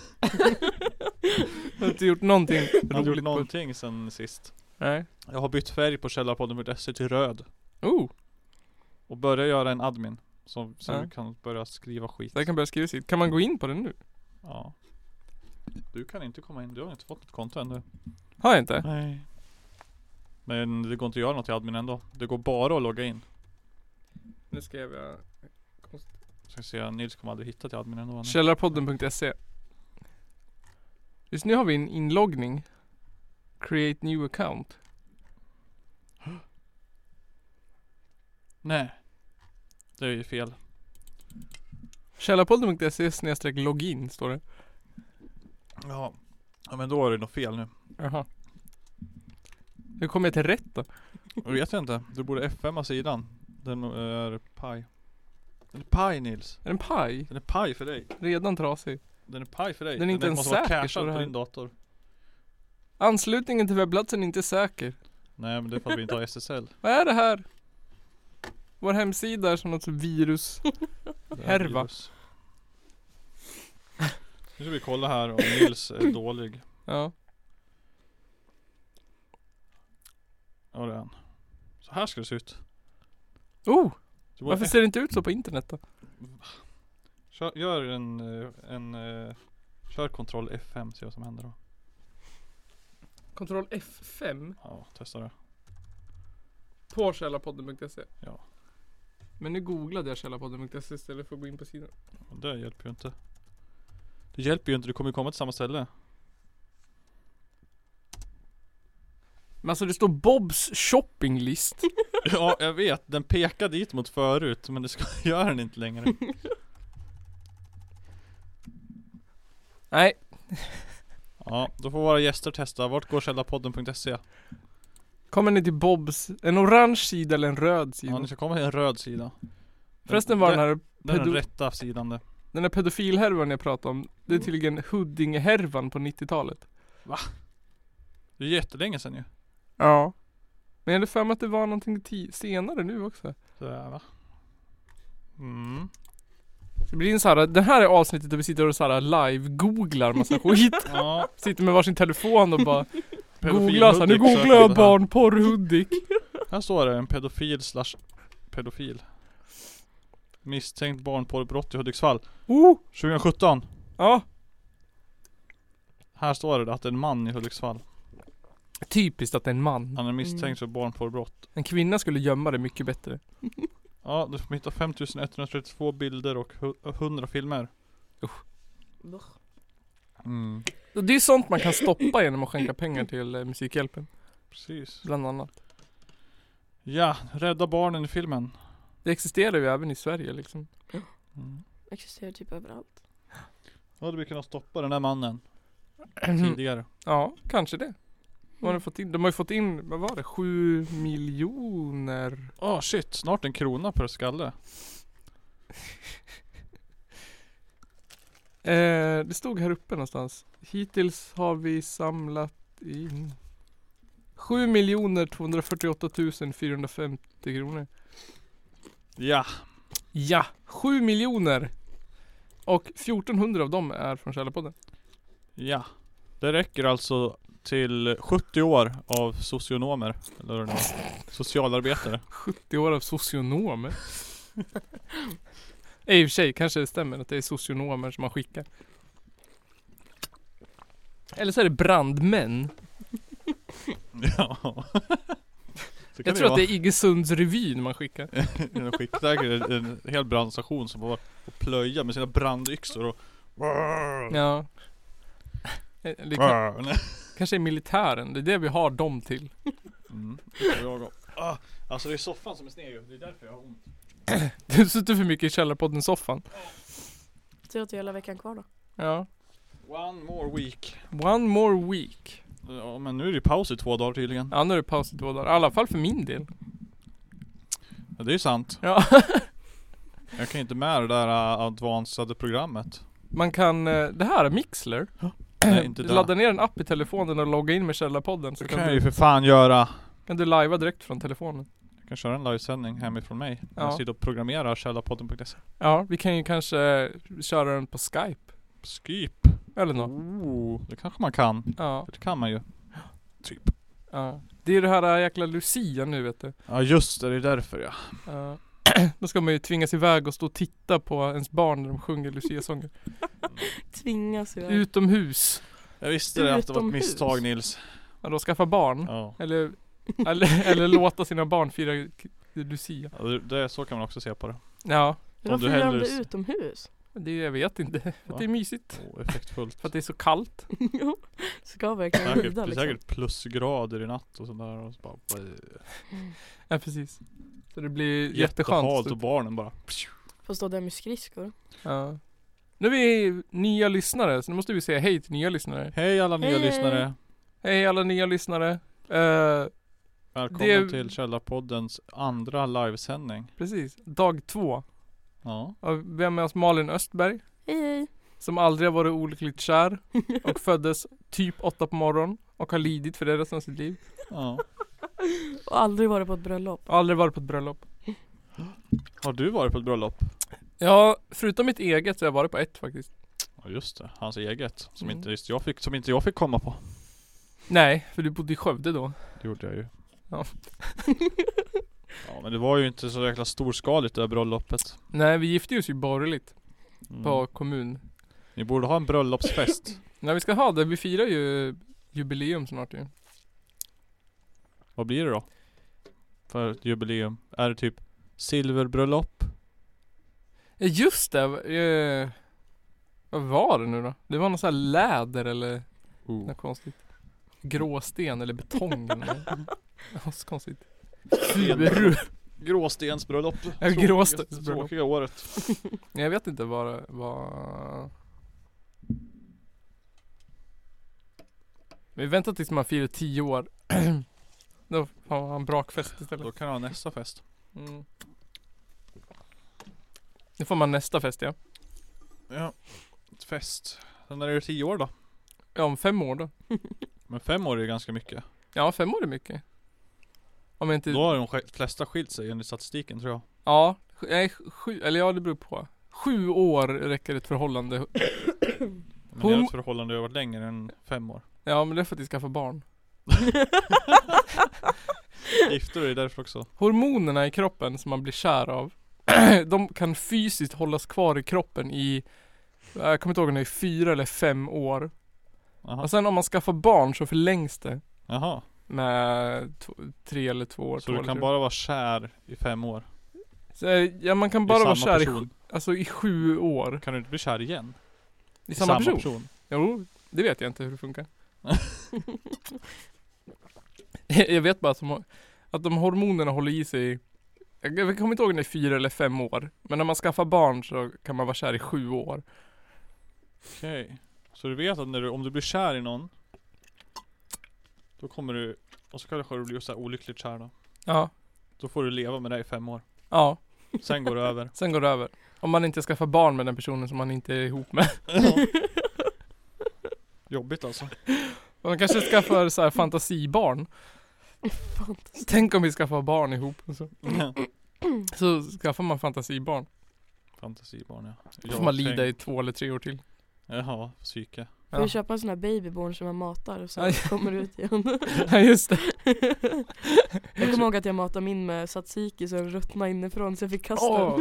Jag har inte gjort någonting Jag har inte roligt gjort någonting sen sist. Nej. Jag har bytt färg på källarpodden.se till röd. Och börjar göra en admin. Så vi kan börja skriva skit. Så jag kan börja skriva sitt. Kan man gå in på den nu? Ja. Du kan inte komma in, du har inte fått ett konto ännu. Har jag inte? Nej. Men det går inte att göra något i admin ändå. Det går bara att logga in. Nu skrev jag Så jag ser, Nils kommer aldrig hitta till admin ändå. Källarpodden.se. Just nu har vi en inloggning. Create new account. Nej. Det är ju fel. Källarpodden.se/login står det. Ja. Ja, men då är det nog fel nu. Jaha. Hur kommer jag till rätt då? Jag vet inte. Du borde F5 sidan. Den är paj. Den är paj, Nils. Är den paj? Den är paj för dig. Redan trasig. Den är paj för dig. Den är inte ens säker, vara står det cashad på här. din dator. Anslutningen till webbplatsen är inte säker. Nej, men det är för att vi inte har SSL. Vad är det här? Vår hemsida är som något virus. Det är Härva. virus. Nu ska vi kolla här om Nils är dålig. Ja. Ja, det är han. Så här ska det se ut. Varför ser det inte ut så på internet då? Gör kör kontroll F5, se vad som händer då. Kontroll F5 Ja, testa det. på källarpodden.se. Ja. Men nu googlade jag källarpodden.se istället för att gå in på sidan. Det hjälper ju inte. Det hjälper ju inte, du kommer ju komma till samma ställe. Men alltså det står Bobs shoppinglist. Ja, jag vet. Den pekar dit mot förut, men det ska göra den inte längre. Nej. Ja, då får våra gäster testa. Vart går källarpodden.se? Kommer ni till Bobs, en orange sida eller en röd sida? Ja, ni ska komma till en röd sida. Förresten var den här den rätta sidan det. Den här pedofilhärvan jag pratade om, det är tydligen Huddinge-härvan på 90-talet. Va? Det är jättelänge sedan ju. Ja. Men jag hade för mig att det var någonting senare nu också. Sådär va? Mm. Det blir en så här, det här är avsnittet där vi sitter och så här live-googlar massa skit. Ja. Sitter med varsin telefon och bara Pedofil googlar så här, nu Hudik googlar jag söker barnporr Hudik. Här står det en pedofil. Misstänkt barnporrbrott i Hudiksvall. 2017. Ja. Här står det att det är en man i Hudiksvall. Typiskt att det är en man. Han är misstänkt för barnporrbrott. En kvinna skulle gömma det mycket bättre. Ja, du får hitta 5132 bilder och 100 filmer. Mm. Och det är sånt man kan stoppa genom att skänka pengar till Musikhjälpen. Precis. Bland annat. Ja, rädda barnen i filmen. Det existerar ju även i Sverige liksom. Mm. Existerar typ överallt. Då hade vi kunnat stoppa den där mannen tidigare. Ja, kanske det. De har ju fått in, vad var det? 7 miljoner. Shit, snart en krona per skalle. Det stod här uppe någonstans. Hittills har vi samlat in 7 248 450 kronor. Ja. Ja, 7 miljoner. Och 1400 av dem är från Källarpodden. Ja. Det räcker alltså till 70 år av socionomer. Eller socialarbetare. 70 år av socionomer. I och för sig kanske det stämmer att det är socionomer som man skickar. Eller så är det brandmän. Ja. Jag tror att det är Iggesunds revyn man skickar. De skickar en hel brandstation som var och plöja med sina brandyxor och ja. Kanske är militären. Det är det vi har dem till. Alltså det är soffan som är sned. Det är därför jag har ont. Du sitter för mycket i Källarpodden-soffan. Så att hela veckan kvar då. Ja. One more week. Ja, men nu är det paus i 2 dagar tydligen. Ja, nu är det paus i 2 dagar. I alla fall för min del. Ja, det är sant. Ja. Jag kan inte med det där advanced programmet. Man kan, det här är Mixler. Nej, inte det. Ladda ner en app i telefonen och logga in med Källarpodden. Så kan jag ju för fan göra. Kan du livea direkt från telefonen. Jag kan köra en livesändning hemifrån mig. Ja. Jag sitter och programmerar källarpodden.se. Ja, vi kan ju kanske köra den på Skype. Skype. Eller något. Det kanske man kan. Ja. Det kan man ju. Typ. Ja. Det är det här jäkla Lucia nu, vet du. Ja just det är därför ja. Ja. Då ska man ju tvingas iväg och stå och titta på ens barn när de sjunger Lucia-sånger. Tvingas iväg. Utomhus. Jag visste det att det var ett Utomhus. misstag Nils. Ja, då skaffa barn. Ja. Eller låta sina barn fira Lucia. Ja, så kan man också se på det. Ja, Varför gör de det utomhus? jag vet inte. För att det är mysigt. Effektfullt. För att det är så kallt. Ska verkligen Säkert, rida det är liksom. säkert plusgrader i natt och sådär. Och så bara, Ja, precis. Så det blir jätteskönt. jättehalt och barnen bara. Får stå där med skridskor. Ja. Nu är vi nya lyssnare, så nu måste vi säga hej till nya lyssnare. Hej alla nya Hej. lyssnare. Hej alla nya lyssnare. Välkomna till Källarpoddens andra livesändning. Precis, dag 2. Ja. Vi har med oss Malin Östberg, Hej hej. som aldrig har varit olyckligt kär och föddes typ 8 på morgon och har lidit för det resten av sitt liv. Ja. Och aldrig varit på ett bröllop. Aldrig varit på ett bröllop. Har du varit på ett bröllop? Ja, förutom mitt eget så har jag varit på ett faktiskt. Ja just det, hans eget. Som Mm. inte just jag fick komma på. Nej, för du bodde i Skövde då. Det gjorde jag ju. Ja. Ja men det var ju inte så jäkla storskaligt det där bröllopet. Nej, vi gifte oss ju borgerligt Mm. på kommun. Ni borde ha en bröllopsfest. Nej, vi ska ha det. Vi firar ju jubileum snart ju. Vad blir det då? För ett jubileum. Är det typ silverbröllop? Ja, just det. Vad var det nu då? Det var någon sån här läder eller något konstigt. Gråsten eller betong eller ja, så konstigt. Furu. Gråstensbröllop. Ja, gråstensbröllop. Tråkiga året. Jag vet inte vad det var. Vi väntar tills man firar 10 år. Då har man en brakfest istället. Då kan jag ha nästa fest. Mm. Nu får man nästa fest, ja. Ja. Ett fest. Sen är det 10 år då. Ja, om 5 år då. Men 5 år är ju ganska mycket. Ja, 5 år är mycket. Om jag inte... Då har de flesta skilt sig enligt statistiken tror jag. Ja, nej, 7, eller ja, det beror på. 7 år räcker ett förhållande. Men jag har ett förhållande över längre än 5 år. Ja, men det är för att de skaffar barn. Gifter du dig därför också? Hormonerna i kroppen som man blir kär av, de kan fysiskt hållas kvar i kroppen i, jag kommer inte ihåg om det är 4 eller 5 år. Aha. Och sen om man skaffar barn så förlängs det Jaha. med 3 eller 2 år. Så du kan bara vara kär i 5 år? Så, ja, man kan I bara vara samma kär person. i 7 år. Kan du inte bli kär igen? I samma person? Jo, det vet jag inte hur det funkar. Jag vet bara att de hormonerna håller i sig. Jag kommer inte ihåg om det är 4 eller 5 år. Men när man skaffar barn så kan man vara kär i 7 år. Okej. Så du vet att om du blir kär i någon, då kommer du, och så kanske du blir så här olyckligt kär då. Ja. Då får du leva med det i 5 år. Ja. Sen går det över. Sen går det över. Om man inte skaffar barn med den personen som man inte är ihop med. Jobbigt alltså. Man kanske skaffar så här fantasibarn. Tänk om vi skaffar barn ihop. Så skaffar man fantasibarn. Fantasibarn ja. Då får man lida i 2 eller 3 år till. Jaha, psyke. Får vi köpa en sån här babyborn som man matar och så kommer det ut igen. Ja, just det. Jag kommer ihåg att jag matade min med tzatziki så den ruttnade inifrån så jag fick kasta den.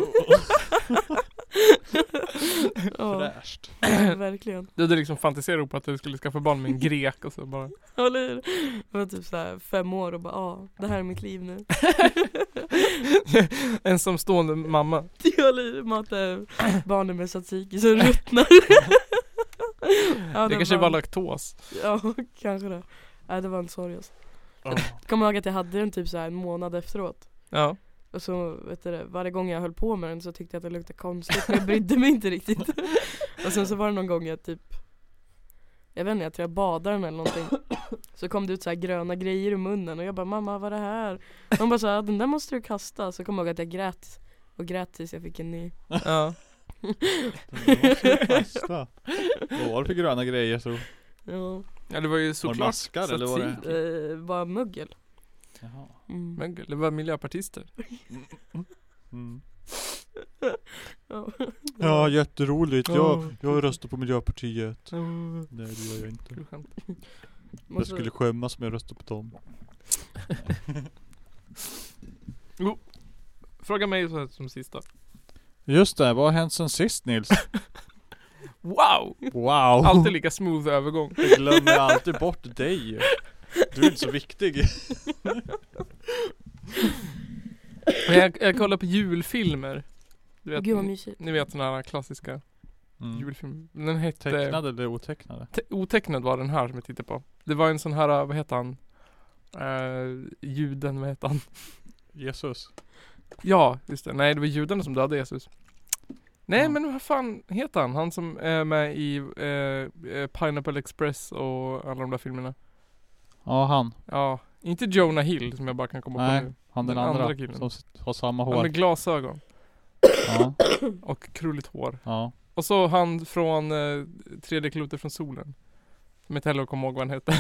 Fräscht. Ja, verkligen. Du hade liksom fantiserat på att du skulle skaffa barn med en grek och så bara. Eller hur? Jag var typ såhär 5 år och bara det här är mitt liv nu. En som stående mamma. Jag matade barnen med tzatziki så den ruttnar. Ja, det kanske var laktos. Ja, kanske det. Nej, det var en sorg alltså. Jag kommer ihåg att jag hade den typ så här en månad efteråt. Ja. Och så vet du, varje gång jag höll på med den så tyckte jag att det luktade konstigt. Men jag brydde mig inte riktigt. Och sen så var det någon gång jag typ, jag vet inte, jag tror jag badade den eller någonting. Så kom det ut så här gröna grejer i munnen. Och jag bara, mamma vad är det här? De bara så här, den där måste du kasta. Så kom jag ihåg att jag grät. Och grät tills jag fick en ny. Ja. Vad var det för gröna grejer så? Ja. Ja, det var ju Var det såklart maskar eller var det? Bara mögel. Jaha. Men det var miljöpartister. Mm. Ja. Ja, jätteroligt. Ja. Jag röstar på Miljöpartiet. Nej, det gör jag inte. Jag skulle skämmas om jag röstar på dem. Fråga mig så här som sista. Just det, vad har hänt sen sist, Nils? Wow! Wow! Alltid lika smooth övergång. Jag glömmer alltid bort dig. Du är inte så viktig. Jag kollar på julfilmer. Du vet, Gud vad mysigt. ni vet såna här klassiska julfilmer. Den hette... Tecknade eller otecknade? Otecknad var den här som jag tittade på. Det var en sån här, vad heter han? Juden, vad heter han? Jesus. Ja, just det. Nej, det var judarna som dödade Jesus. Nej, men vad fan heter han? Han som är med i Pineapple Express och alla de där filmerna. Ja, han. Ja, inte Jonah Hill som jag bara kan komma på nu. Han den andra killen som har samma hår. Han med glasögon. Ja. Och krulligt hår. Ja. Och så han från Tredje klotet från solen. Som inte heller kommer ihåg vad han heter.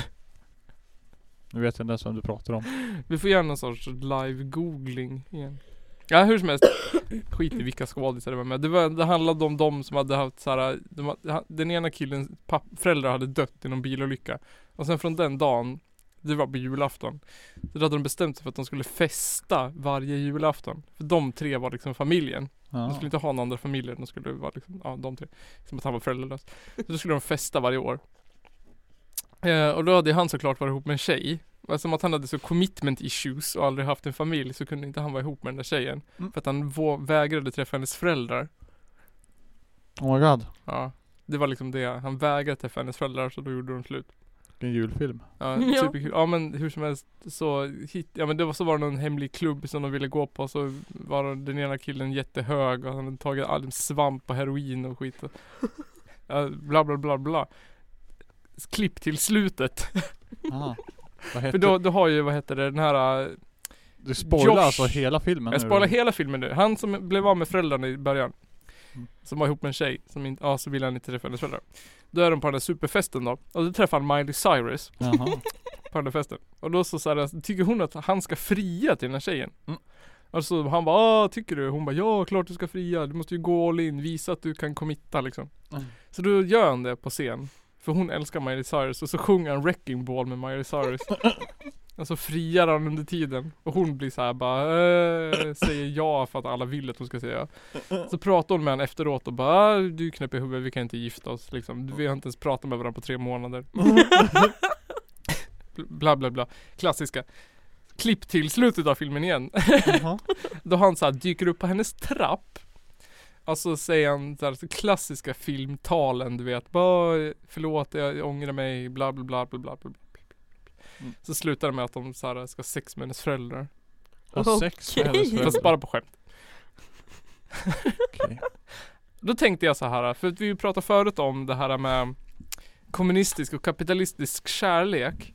Nu vet jag inte ens vem du pratar om. Vi får göra någon sorts live-googling igen. Ja, hur som helst. Skit i vilka skådisar det var med. Det handlade om de som hade haft såhär, den ena killens föräldrar hade dött i någon bilolycka. Och sen från den dagen, det var på julafton, så hade de bestämt sig för att de skulle festa varje julafton. För de tre var liksom familjen. Ja. De skulle inte ha några andra familjer. De skulle vara liksom, ja, de tre. Som att han var föräldralös. Så då skulle de festa varje år. Och då hade han såklart varit ihop med en tjej. Som att han hade så commitment issues och aldrig haft en familj, så kunde inte han vara ihop med den där tjejen. För att han vägrade träffa hennes föräldrar. Oh my god. Ja, det var liksom det. Han vägrade träffa hennes föräldrar, så då gjorde de slut. En julfilm. Ja, superkul. Ja, men hur som helst så men det var så var det någon hemlig klubb som de ville gå på, så var den ena killen jättehög och han hade tagit all svamp och heroin och skit. Ja, bla bla bla bla. Klipp till slutet. Aha. För då har ju, vad heter det, den här du spoilar alltså hela filmen. Jag spoilar hela filmen nu. Han som blev av med föräldrarna i början, som var ihop med en tjej som inte, så ville han inte träffa hennes föräldrar. Då är de på den här superfesten då. Och då träffar han Miley Cyrus. Jaha. På den här festen. Och då så här, tycker hon att han ska fria till den här tjejen. Och så han bara, tycker du? Hon bara, ja klart du ska fria. Du måste ju gå all in, visa att du kan committa liksom. Så då gör han det på scen. För hon älskar Miley Cyrus. Och så sjunger han Wrecking Ball med Miley Cyrus. Och så friar han under tiden. Och hon blir så här bara säger ja för att alla vill att hon ska säga. Så pratar hon med honom efteråt och bara, du knäpp i huvudet, vi kan inte gifta oss liksom. Vi har inte ens pratat med varandra på 3 månader. Bla bla bla. Klassiska. Klipp till slutet av filmen igen. Då han så här dyker upp på hennes trapp. Och så säger han så här, klassiska filmtalen, du vet. Bara, förlåt, jag ångrar mig, bla bla bla bla bla bla. Så slutar det med att de så här, ska ha sex med hennes föräldrar. Sex med hennes föräldrar? Fast bara på skämt. Okay. Då tänkte jag så här, för att vi pratade förut om det här med kommunistisk och kapitalistisk kärlek.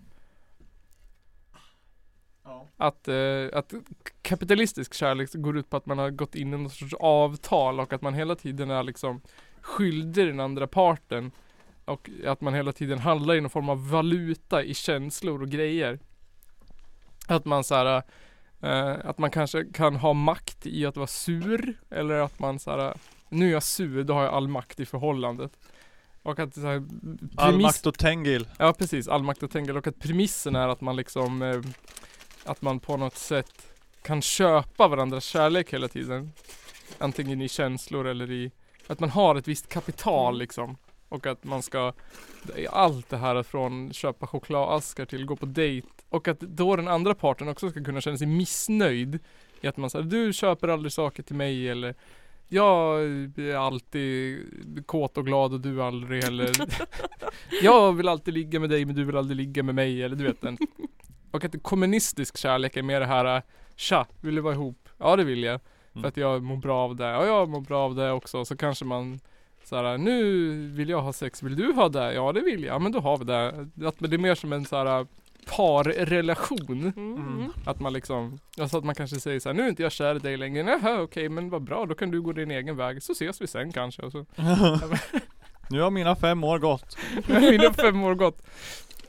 Att kapitalistisk kärlek går ut på att man har gått in i någon sorts avtal och att man hela tiden är liksom skyldig den andra parten och att man hela tiden handlar i någon form av valuta i känslor och grejer. Att man så här, att man kanske kan ha makt i att vara sur, eller att man så här, nu är jag sur, då har jag all makt i förhållandet. Och att så här, all makt och Tengil. Ja precis, all makt och Tengil. Och att premissen är att man liksom att man på något sätt kan köpa varandras kärlek hela tiden. Antingen i känslor eller i att man har ett visst kapital liksom. Och att man ska allt det här från köpa chokladaskar till gå på dejt. Och att då den andra parten också ska kunna känna sig missnöjd i att man säger, du köper aldrig saker till mig, eller jag är alltid kåt och glad och du aldrig, eller jag vill alltid ligga med dig men du vill aldrig ligga med mig, eller du vet den. Och att kommunistisk kärlek är mer det här, tja, vill du vara ihop? Ja, det vill jag. För att jag mår bra av det. Ja, jag mår bra av det också. Så kanske man såhär, nu vill jag ha sex, vill du ha det? Ja, det vill jag. Men då har vi det. Att det är mer som en såhär parrelation. Att man liksom, alltså att man kanske säger såhär, nu är inte jag kär i dig längre. Nähä, okej, men vad bra. Då kan du gå din egen väg. Så ses vi sen kanske. Och så. Nu har mina 5 år gått. Mina 5 år gått.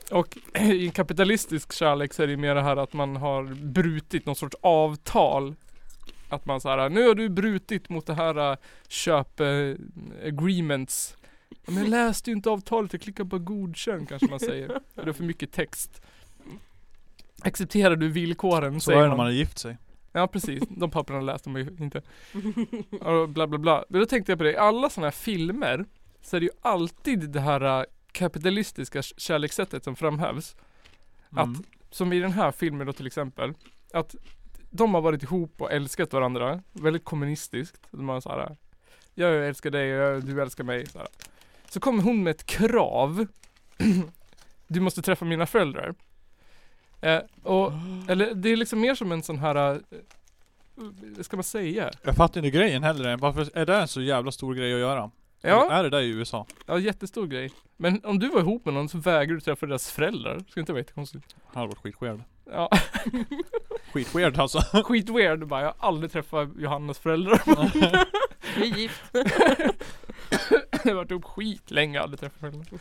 Och i en kapitalistisk kärlek så är det mer det här att man har brutit någon sorts avtal. Att man så här, nu har du brutit mot det här agreements. Men jag läste ju inte avtalet, jag klickar på godkänn kanske man säger. Det är för mycket text. Accepterar du villkoren? Så är det när man har gift sig. Ja, precis. De papperna läste man ju inte. Och bla bla bla. Men då tänkte jag på det. I alla sådana här filmer så är det ju alltid det här kapitalistiska kärlekssättet som framhävs. Att, som i den här filmen då till exempel, att de har varit ihop och älskat varandra. Väldigt kommunistiskt. De har så här, jag älskar dig, du älskar mig. Så kommer hon med ett krav. Du måste träffa mina föräldrar. Eller det är liksom mer som en sån här, vad ska man säga? Jag fattar inte grejen heller. Varför är det en så jävla stor grej att göra? Ja. Är det där i USA? Ja, jättestor grej. Men om du var ihop med någon så vägrar du träffa deras föräldrar. Ska inte vara jättekonstigt. Han har varit skitweird. Ja. Skitweird alltså. Skitweird bara. Jag har aldrig träffat Johannas föräldrar. Vi är gift. Jag har varit upp skit länge, aldrig träffat föräldrar.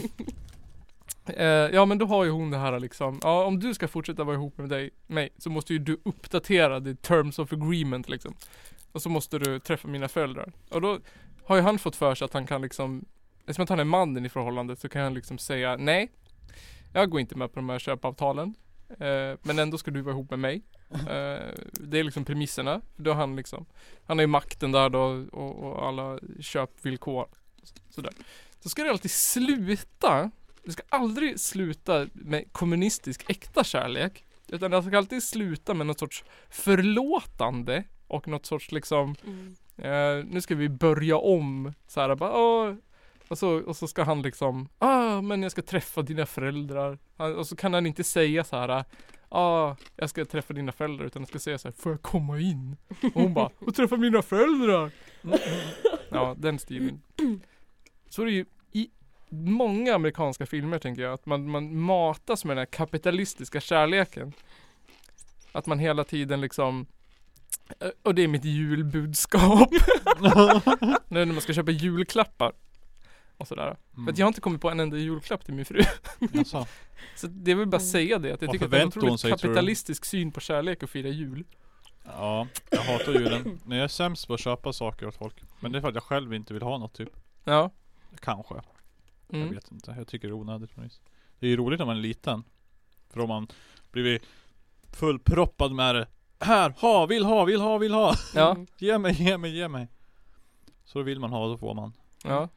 Ja, men då har ju hon det här liksom. Ja, om du ska fortsätta vara ihop med mig så måste ju du uppdatera the terms of agreement liksom. Och så måste du träffa mina föräldrar. Och då har ju han fått för sig att han kan liksom, eftersom att han är mannen i förhållandet så kan han liksom säga nej, jag går inte med på de här köpavtalen. Men ändå ska du vara ihop med mig. Det är liksom premisserna. Då han liksom, han har ju makten där då och alla köpvillkor. Sådär. Så ska det alltid sluta. Det ska aldrig sluta med kommunistisk äkta kärlek. Utan det ska alltid sluta med något sorts förlåtande. Och något sorts liksom nu ska vi börja om så här bara, och så ska han liksom men jag ska träffa dina föräldrar. Och så kan han inte säga så här jag ska träffa dina föräldrar, utan han ska säga så här, får jag komma in? Och hon bara, och träffa mina föräldrar. Ja, den stilen. Så är det ju i många amerikanska filmer, tänker jag, att man matas med den här kapitalistiska kärleken. Att man hela tiden liksom, och det är mitt julbudskap. Nu när man ska köpa julklappar och sådär. För att jag har inte kommit på en enda julklapp till min fru. Så det vill bara säga det, att jag tycker att det är en otroligt kapitalistisk syn på kärlek och fira jul. Ja, jag hatar julen. Men jag är sämst på att köpa saker åt folk. Men det är för att jag själv inte vill ha något typ. Ja. Kanske. Jag vet inte. Jag tycker det är onödigt. Det är ju roligt när man är liten. För om man blir fullproppad med det. Här, vill ha. Ja. Ge mig. Så vill man ha, då får man. Ja.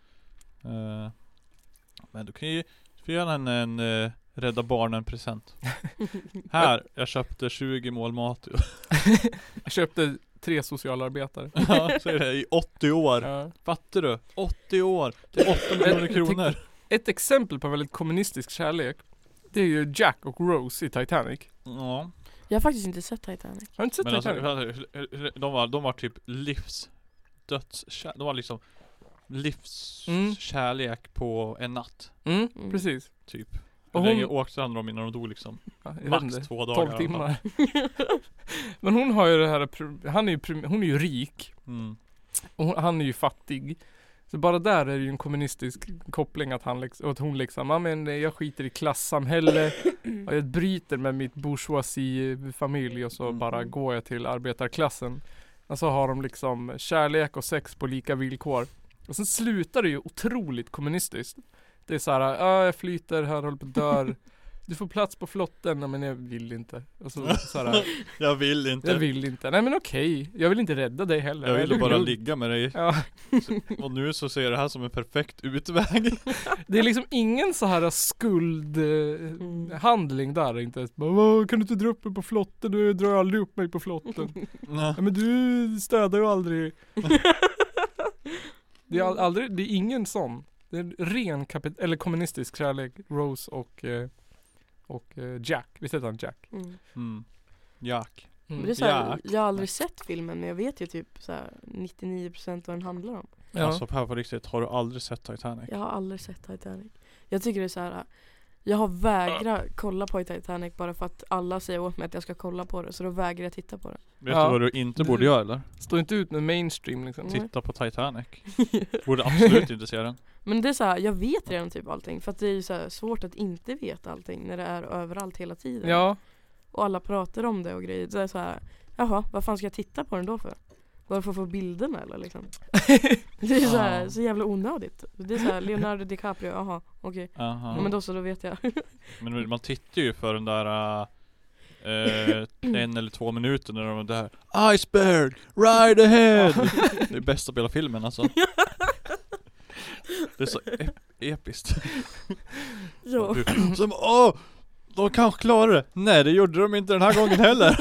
Men du kan ju göra en Rädda Barnen present. Här, jag köpte 20 mål mat. Jag köpte 3 socialarbetare. Ja, så är det i 80 år. Ja. Fattar du? 80 år. Det är 8 miljoner kronor. Ett exempel på väldigt kommunistisk kärlek, det är ju Jack och Rose i Titanic. Ja. Jag har faktiskt inte sett Titanic. Har du inte sett Titanic? De var typ livsdödskärlek. De var liksom livskärlek på en natt. Precis. Typ. Och hur länge åkte han dem innan de dog liksom? Ja, max 2 dagar. 12 timmar. Men hon har ju det här, hon är ju rik. Och han är ju fattig. Så bara där är det ju en kommunistisk koppling att hon liksom, men jag skiter i klassamhälle och jag bryter med mitt bourgeoisie-familj och så bara går jag till arbetarklassen. Och så har de liksom kärlek och sex på lika villkor. Och sen slutar det ju otroligt kommunistiskt. Det är så här, jag flyter här, håller på att dör. Du får plats på flotten, men jag vill inte. Och så här, jag vill inte. Nej men okej, jag vill inte rädda dig heller. Jag ville bara ligga med dig. Ja. Och nu så ser jag det här som en perfekt utväg. Det är liksom ingen så här skuldhandling där inte. Kan du inte dra upp mig på flotten? Du drar aldrig upp mig på flotten. Ja, men du städar ju aldrig. Det är aldrig, det är ingen sån. Det är ren kommunistisk kärlek. Rose och Jack. Visst heter han Jack? Jack. Men det är så här, jag har aldrig sett filmen, men jag vet ju typ så här 99% vad den handlar om. Ja. Alltså på riktigt, har du aldrig sett Titanic? Jag har aldrig sett Titanic. Jag tycker det är så här, Jag har vägrat kolla på Titanic bara för att alla säger åt mig att jag ska kolla på det. Så då vägrar jag titta på det. Vet du vad du inte borde göra eller? Stå inte ut med mainstream liksom. Titta på Titanic. Borde absolut inte se den. Men det är så här, jag vet redan typ allting. För att det är ju så här svårt att inte veta allting när det är överallt hela tiden. Ja. Och alla pratar om det och grejer. Det är så här, jaha, vad fan ska jag titta på den då för? Bara för att få bilderna eller liksom. Det är så här, så jävla onödigt. Det är så här, Leonardo DiCaprio, jaha, okej. Ja, men då vet jag. Men man tittar ju för den där 1 eller 2 minuter när de är där. Iceberg, ride ahead. Det är bästa hela filmen alltså. Det är så episkt. Ja. Som, de kanske klarar det. Nej, det gjorde de inte den här gången heller.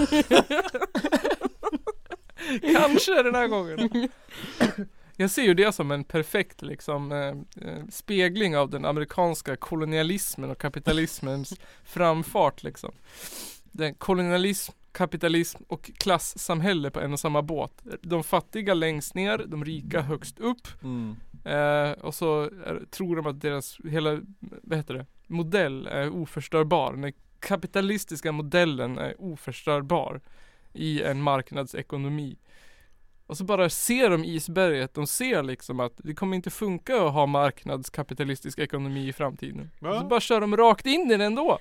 Kanske den här gången. Jag ser ju det som en perfekt liksom spegling av den amerikanska kolonialismen och kapitalismens framfart liksom. Den kolonialism, kapitalism och klassamhälle på en och samma båt. De fattiga längst ner, de rika högst upp. Och så tror de att deras hela, modell är oförstörbar. Den kapitalistiska modellen är oförstörbar i en marknadsekonomi. Och så bara ser de isberget. De ser liksom att det kommer inte funka att ha marknadskapitalistisk ekonomi i framtiden. Och så bara kör de rakt in i den ändå.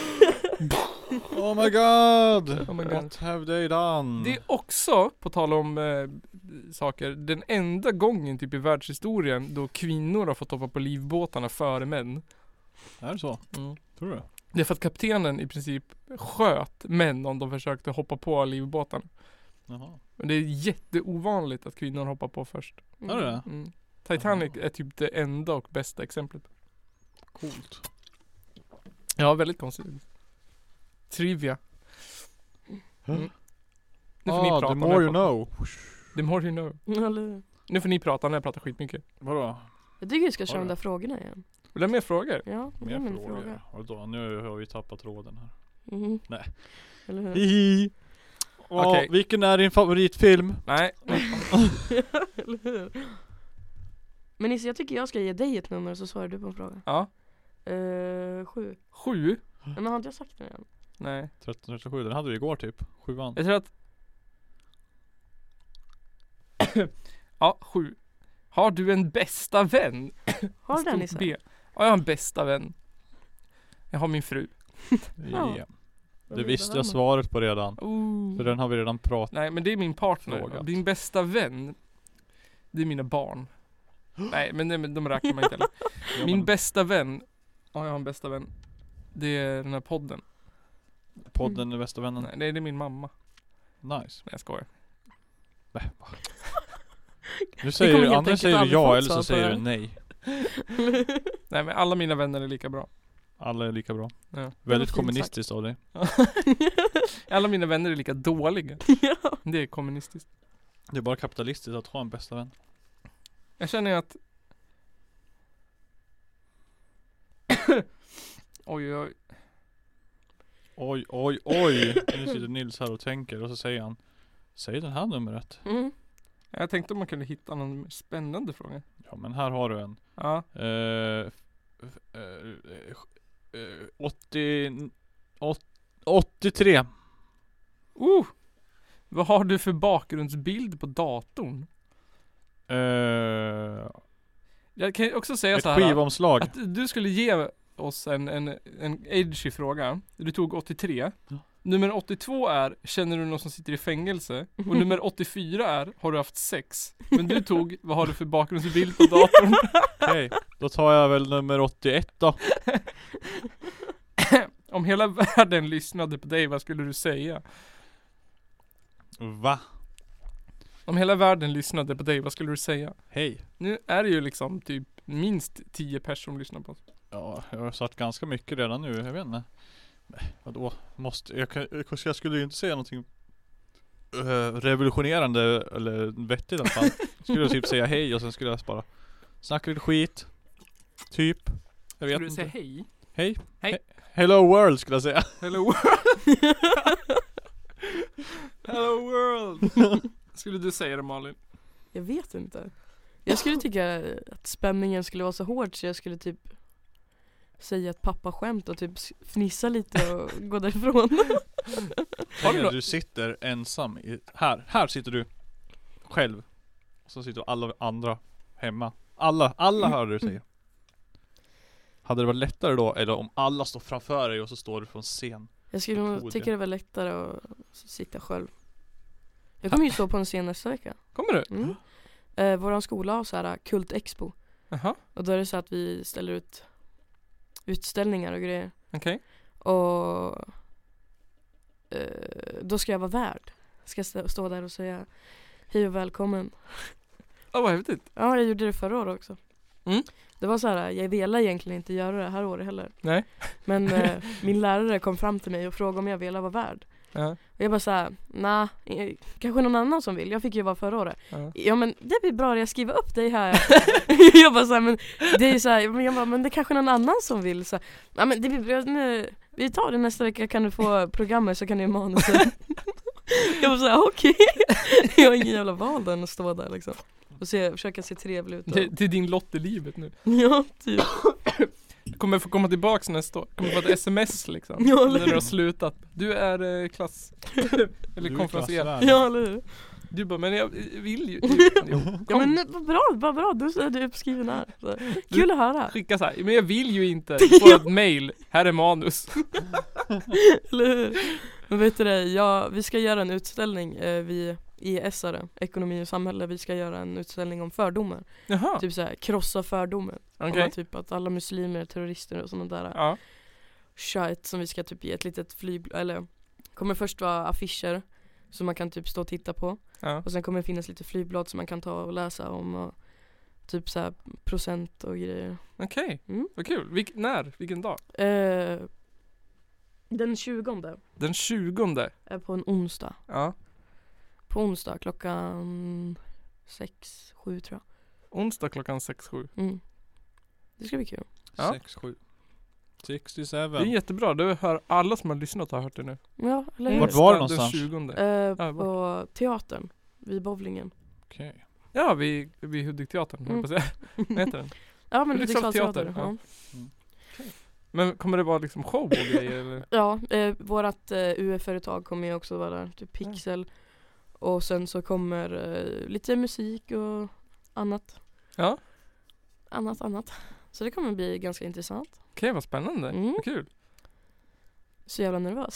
Oh my god! Oh my god. What have they done? Det är också, på tal om saker, den enda gången typ i världshistorien då kvinnor har fått hoppa på livbåtarna före män. Är det så? Tror du? Det är för att kaptenen i princip sköt män om de försökte hoppa på livbåtarna. Jaha. Men det är jätteovanligt att kvinnor hoppar på först. Är det? Titanic är typ det enda och bästa exemplet. Coolt. Ja, väldigt konstigt. Trivia. Nu får ni prata. The more you know. The more you know. Nu får ni prata när jag pratar skitmycket. Vadå? Jag tycker vi ska köra de där frågorna igen. Vill du ha mer frågor? Ja, det är min fråga. Vadå? Nu har vi tappat tråden här. Nej. Eller hur? Hihi. Okej. Vilken är din favoritfilm? Nej. Eller hur? Men Nisse, jag tycker jag ska ge dig ett nummer så svarar du på en fråga. Ja. 7. 7? Men har inte jag sagt det än? Nej. 1337, den hade vi igår typ. 7an. Jag tror att... Ja, 7. Har du en bästa vän? Har du den Nisse? B. Ja, jag har en bästa vän. Jag har min fru. Yeah. Det visste jag svaret på redan. För den har vi redan pratat. Nej, men det är min partner. Frågat. Din bästa vän, det är mina barn. Nej, men de räknar man inte heller. Min bästa vän, ja, jag har en bästa vän. Det är den här podden. Podden är bästa vännen. Nej, det är min mamma. Nice. Nej, jag skojar. Nej, va? Nu säger du, antingen säger du ja eller så säger du nej. Nej, men alla mina vänner är lika bra. Alla är lika bra. Ja. Väldigt kommunistiskt av dig. Alla mina vänner är lika dåliga. Ja. Det är kommunistiskt. Det är bara kapitalistiskt att ha en bästa vän. Jag känner att oj. Nu sitter Nils här och tänker och så säger han, säg den här numret. Jag tänkte om man kunde hitta någon spännande fråga. Ja, men här har du en. Ja. 83. Vad har du för bakgrundsbild på datorn? Jag kan också säga Ett så här skivomslag. att du skulle ge oss en edgy fråga. Du tog 83. Nummer 82 är, känner du någon som sitter i fängelse? Och nummer 84 är, har du haft sex? Men du tog, vad har du för bakgrundsbild på datorn? Okej, då tar jag väl nummer 81 då. Om hela världen lyssnade på dig, vad skulle du säga? Va? Om hela världen lyssnade på dig, vad skulle du säga? Hej. Nu är det ju liksom typ minst 10 personer som lyssnar på oss. Ja, jag har sagt ganska mycket redan nu, jag vet inte. Vadå? Jag skulle ju inte säga någonting revolutionerande eller vettigt i alla fall. Skulle jag typ säga hej och sen skulle jag bara snacka lite skit. Typ. Jag vet Skulle du inte. säga hej? Hej. Hej. Hello world skulle jag säga. Hello world. Hello world. Skulle du säga det, Malin? Jag vet inte. Jag skulle tycka att spänningen skulle vara så hård så jag skulle typ säga ett pappaskämt och typ fnissa lite och gå därifrån. Du sitter ensam här sitter du själv. Och så sitter alla andra hemma. Alla hör det du säger. Hade det varit lättare då, eller om alla står framför dig och så står du på en scen? Jag skulle nog tycka det var lättare att sitta själv. Jag kommer ju stå på en scen nästa vecka. Kommer du? Våran skola har så här Kultexpo. Aha. Och då är det så att vi ställer ut utställningar och grejer. Okej. Och då ska jag vara värd. Ska jag stå där och säga hej och välkommen. Vad häftigt. Ja, jag gjorde det förra året också. Mm. Det var så här, jag ville egentligen inte göra det här året heller. Nej. Men min lärare kom fram till mig och frågade om jag ville vara värd. Ja. Och jag bara såhär, kanske någon annan som vill. Jag fick ju vara förra året. Ja men det blir bra, jag skriver upp dig här. Jag bara såhär, men det är såhär, men det är kanske någon annan som vill. Så, ja men det blir bra, nu, vi tar det nästa vecka, kan du få programmet så kan du manuset. Jag bara såhär, okej. Jag har ingen jävla val än att stå där liksom. Och försöka se trevlig ut. Det är din lott i livet nu. Ja, typ. Du kommer få komma tillbaks nästa år. Du kommer få ett sms liksom. Ja, när du har slutat. Du är klass. Eller konferencier. Ja, eller hur? Du bara, men jag vill ju. Ja, men vad bra. Du är uppskriven här. Så, kul att höra. Skicka så här, men jag vill ju inte. Få ett mail. Här är manus. Eller hur? Men vet du det, vi ska göra en utställning i SR, ekonomi och samhälle. Vi ska göra en utställning om fördomar. Jaha. Typ såhär, krossa fördomar. Okay. Typ att alla muslimer är terrorister och sådana där. Ja. Shit, som vi ska typ ge ett litet kommer först vara affischer som man kan typ stå och titta på. Ja. Och sen kommer det finnas lite flygblad som man kan ta och läsa om och typ såhär procent och grejer. Okej, vad kul. Vilken dag? Den 20:e. Den 20:e? Är på en onsdag. Ja. På onsdag klockan 6-7 tror jag. Onsdag klockan 6-7. Det ska bli kul. 6-7 67. Det är jättebra, det hör alla som har lyssnat har hört det nu. Ja, eller hur? Vart var det någonstans? Den 20:e. På teatern, vid bowlingen. Okej. Ja, vid Hudik-teatern, på säga. Vad heter den? Ja, men Hudiksvallsteater. Ja. Okay. Men kommer det vara liksom show och grejer eller? Ja, vårat UF-företag kommer ju också vara där, typ Pixel. Och sen så kommer lite musik och annat. Ja. Annat. Så det kommer bli ganska intressant. Okej, vad spännande. Vad kul. Så jävla nervös.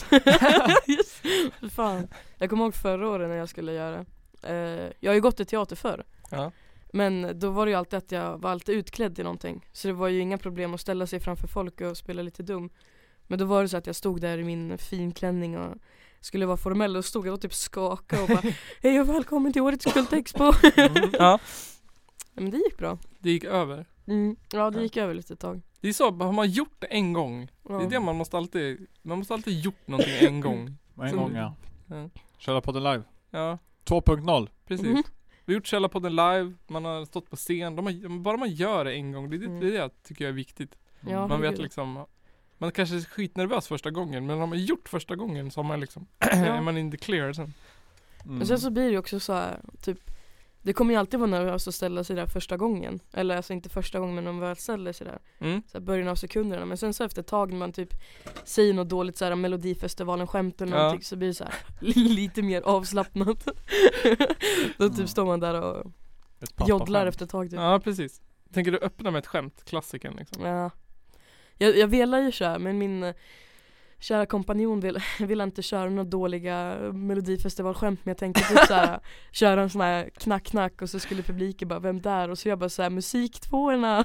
Fan. Jag kommer ihåg förra året när jag skulle göra. Jag har ju gått i teater förr. Ja. Men då var det ju alltid att jag var alltid utklädd till någonting. Så det var ju inga problem att ställa sig framför folk och spela lite dum. Men då var det så att jag stod där i min finklänning och skulle vara formell och stod jag och typ skaka och bara hej och välkommen till årets Kultexpo. Ja. Men det gick bra. Det gick över. Ja, det gick över lite ett tag. Det är så, har man gjort det en gång. Ja. Det är det man måste alltid gjort någonting en gång. En gång, ja. Källarpodden live. Ja. 2.0. Precis. Vi har gjort Källarpodden live, man har stått på scen. Bara man gör det en gång, det är det jag tycker är viktigt. Ja, man vet liksom, man kanske är skitnervös första gången, men har man gjort första gången så har man liksom, är man in the clear sen. Men sen så blir det ju också så här, typ, det kommer ju alltid vara nervöst att ställa sig där första gången. Eller alltså inte första gången, men när man väl ställer sig där. Så här, början av sekunderna. Men sen så efter ett tag när man typ säger något dåligt så här Melodifestivalen skämt eller någonting, så blir det så här lite mer avslappnat. Då typ står man där och joddlar efter ett tag typ. Ja, precis. Tänker du öppna med ett skämt, klassiken liksom? Ja. Jag velar ju så här, men min kära kompanjon vill inte köra några dåliga Melodifestivalskämt, men jag tänkte typ såhär köra en sån här knack och så skulle publiken bara, vem där? Och så jag bara såhär, musiktvåorna.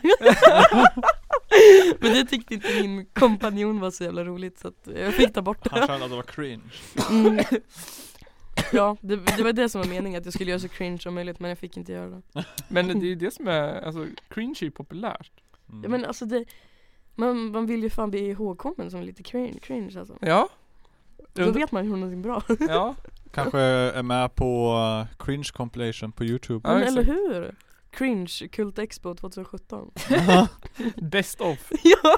Men det tyckte inte min kompanjon var så jävla roligt, så att jag fick ta bort det. Han kände att det var cringe. Ja, det var det som var meningen, att jag skulle göra så cringe som möjligt, men jag fick inte göra det. Men det är ju det som är, alltså cringe är ju populärt. Ja, men alltså man vill ju fan bli ihågkommen som lite cringe alltså. Ja. Då vet man ju någonting bra. Ja. Kanske är med på cringe compilation på YouTube. Men eller hur? Cringe Kultexpo 2017. Best of. Ja.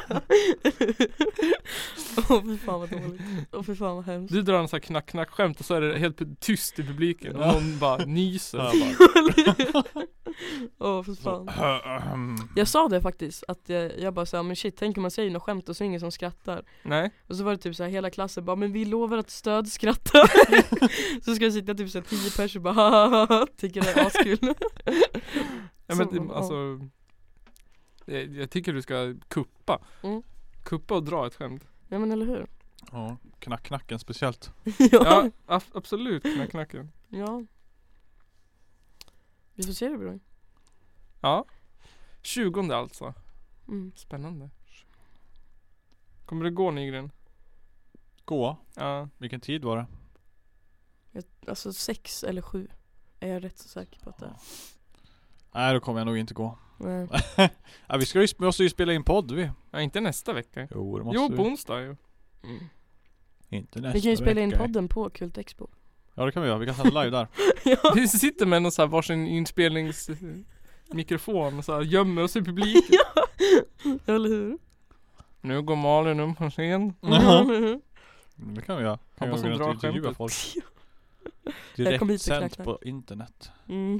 Fy fan vad dåligt. Fy fan vad hemskt. Du drar en sån här knack-knack-skämt och så är det helt tyst i publiken och någon bara nyser. för fan. Jag sa det faktiskt, att jag bara sa, men shit, tänk om man säger något skämt och så är ingen som skrattar. Nej. Och så var det typ så här, hela klassen bara, men vi lovar att stödskratta. Så ska jag sitta typ så här 10 personer och bara, tycker det är askul. Ja, men alltså, jag tycker du ska kuppa. Kuppa och dra ett skämt. Ja, men eller hur? Ja, knacken speciellt. Ja, absolut, knacken. Ja. Vi får se det, bra. Ja. 20 alltså. Mm. Spännande. Kommer det gå, Nygren? Gå? Ja. Vilken tid var det? Alltså 6 eller 7 är jag rätt så säker på att det är. Nej, då kommer jag nog inte gå. Nej. Ja, vi måste ju spela in podd vi. Ja, inte nästa vecka. Jo, det måste Jo, vi. på onsdag ju. Inte nästa Vi kan ju spela in vecka. podden på Kult Expo. Ja, det kan vi göra. Vi kan sända live där. Ja. Vi sitter med någon så här varsin inspelningsmikrofon och så här gömmer oss i publiken. Eller hur? Nu går Malin upp på scen. Jaha. Det kan vi göra. Kan Hoppas vi hon gå drar runt och intervjua skämtet. folk. Jag kom Direkt hit och sänt knackar. på internet. Mm.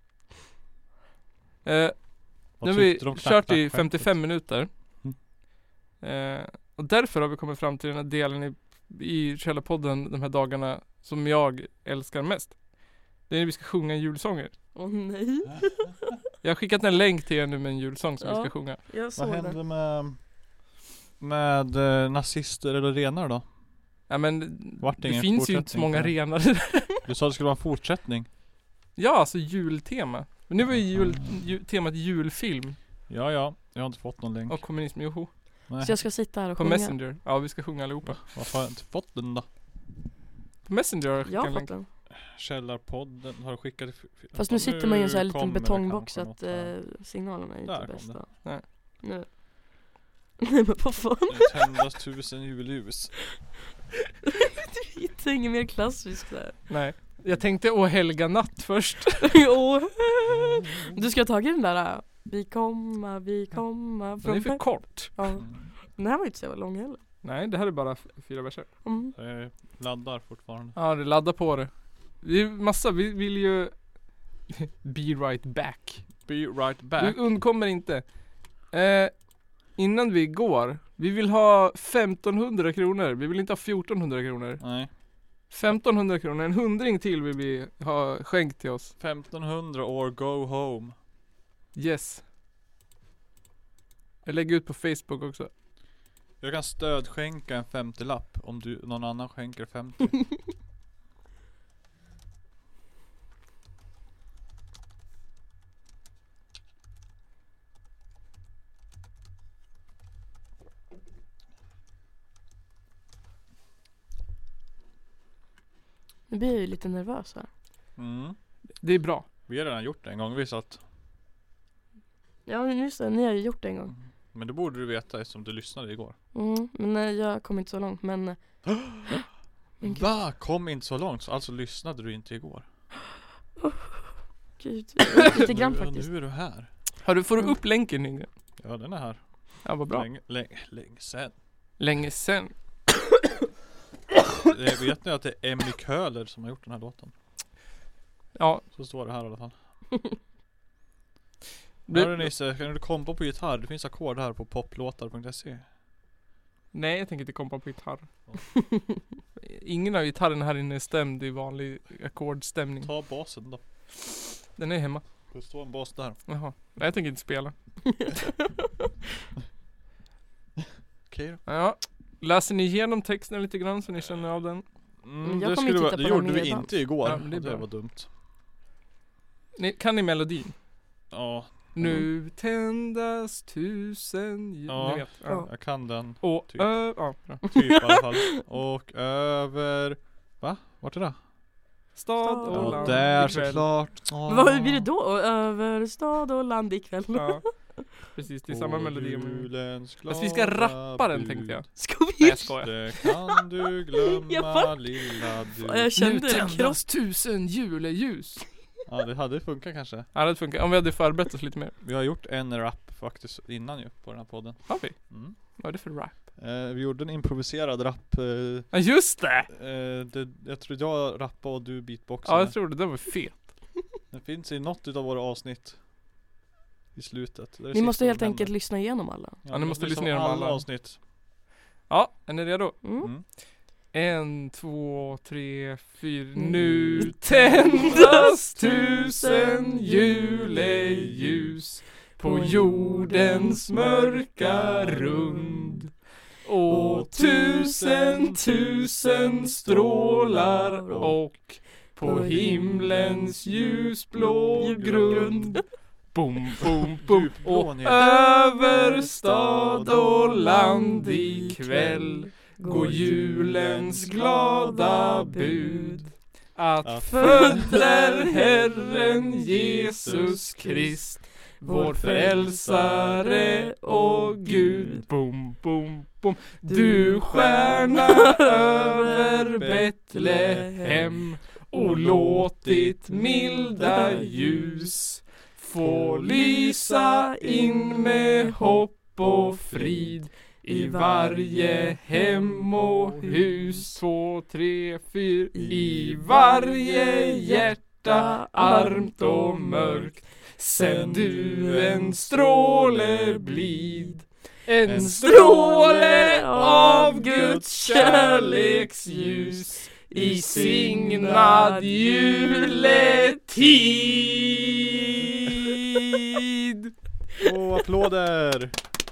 Nu Vad har vi tyckte du om kört i knack-knack-skämtet? 55 minuter. Mm. Och därför har vi kommit fram till den här delen i Källarpodden de här dagarna som jag älskar mest. Det är när vi ska sjunga julsånger. Åh nej. Jag har skickat en länk till er nu med en julsång som vi ska sjunga. Jag såg Vad det. hände med nazister eller renar då? Ja, men Vart det ingen finns ju inte så fortsättning många på det? renar. Du sa det skulle vara en fortsättning. Ja, alltså jultema. Men nu var ju temat julfilm Ja, jag har inte fått någon länk. och kommunism. Joho. Nej. Så jag ska sitta här och På sjunga. Messenger. Ja, vi ska sjunga allihopa. Varför har jag inte fått den då? På Messenger har jag Jag skickat har en fått länk. den. Källarpodden har du skickat. Fast nu sitter man ju i en sån här liten kommer det betongbox kanske att något här. signalerna är Där inte kom bästa. Nej. Nu. Nej men vad fan. Det tändas 1000 julljus. Du hittar inget mer klassiskt där. Nej. Jag tänkte Åh helga natt först. Åh. Du ska ha tagit den där. Vi komma Den är för kort. Ja. Den här var inte så jävla lång heller. Nej, det här är bara 4 verser. Mm. Det laddar fortfarande. Ja, det laddar på det. Det är massa, vi vill ju be right back. Be right Du back. undkommer inte. Innan vi går, vi vill ha 1500 kronor. Vi vill inte ha 1400 kronor. Nej. 1500 kronor, en hundring till vill vi ha skänkt till oss. 1500 or go home. Yes. Jag lägger ut på Facebook också. Jag kan stödskänka en 50-lapp om någon annan skänker 50. Nu blir jag ju lite nervös här. Mm. Det är bra. Vi har redan gjort det en gång, vi satt. Ja just det, ni har ju gjort det en gång. Men det borde du veta eftersom du lyssnade igår. Men jag kom inte så långt, men men gud, Va? Kom inte så långt, alltså lyssnade du inte igår. gud lite grann faktiskt. Nu är du här. Får du upp länken Ingrid? Ja, den är här. Ja, vad bra. Länge sen. Länge sen. Vet ni att det är Emmy Köhler som har gjort den här låten? Ja. Så står det här i alla fall. Du- Hörru Nisse, kan du kompa på gitarr? Det finns ackord här på poplåtar.se. Nej, jag tänker inte kompa på gitarr. Ingen av gitarrerna här inne är stämd i vanlig ackordstämning. Ta basen då. Den är hemma. Det står en bas där. Jaha. Nej, jag tänker inte spela. Okej då. Ja. Läser ni igenom texten lite grann så ni känner av den? Men jag det kommer ju titta på det den gjorde vi redan. inte igår. Ja, men det är det bra. var dumt. Kan ni melodin? Ja, Nu tändas 1000 Ja. Ni vet. Ja. jag kan den. Och Typ. ja, bra. Typ i alla fall. Och över... Va? Vart är det? Stad och Ja, Ja, land där ikväll. såklart. Men vad blir det då? Och över stad och land ikväll. Ja. Precis, det är samma melodi. Julens Fast vi ska glada rappa den bud. tänkte jag. Ska Nej, vi? jag skojar. Det kan du glömma Jag bara- lilla du. Jag kände Nu det kropp. tändas 1000 juleljus. Ja, det hade funkat kanske. Ja, det funkar. Om vi hade förberett oss lite mer. Vi har gjort en rap faktiskt innan ju på den här podden. Har vi? Mm. Vad är det för rap? Vi gjorde en improviserad rap. Ja, just det! Jag tror jag rappade och du beatboxade. Ja, jag tror det. Det var fet. Det finns i något utav våra avsnitt. i slutet. Ni måste helt enkelt lyssna igenom alla. Ja, ni måste lyssna igenom alla avsnitt. Ja, är ni redo? Mm. 1, 2, 3, 4. Nu tändas 1000 juleljus på jordens mörka rund. Och 1000 strålar och på himlens ljusblå grund. Bom, bom, bom. Och över stad och land ikväll går julens glada bud. Att född är Herren Jesus Krist, vår frälsare och Gud. Bom, bom, bom. Du stjärna över Betlehem och låt ditt milda ljus få lysa in med hopp och frid i varje hem och hus. 2, 3, 4. I varje hjärta armt och mörkt sänd du en stråle blid. En stråle av Guds kärleksljus i signad juletid. Applåder!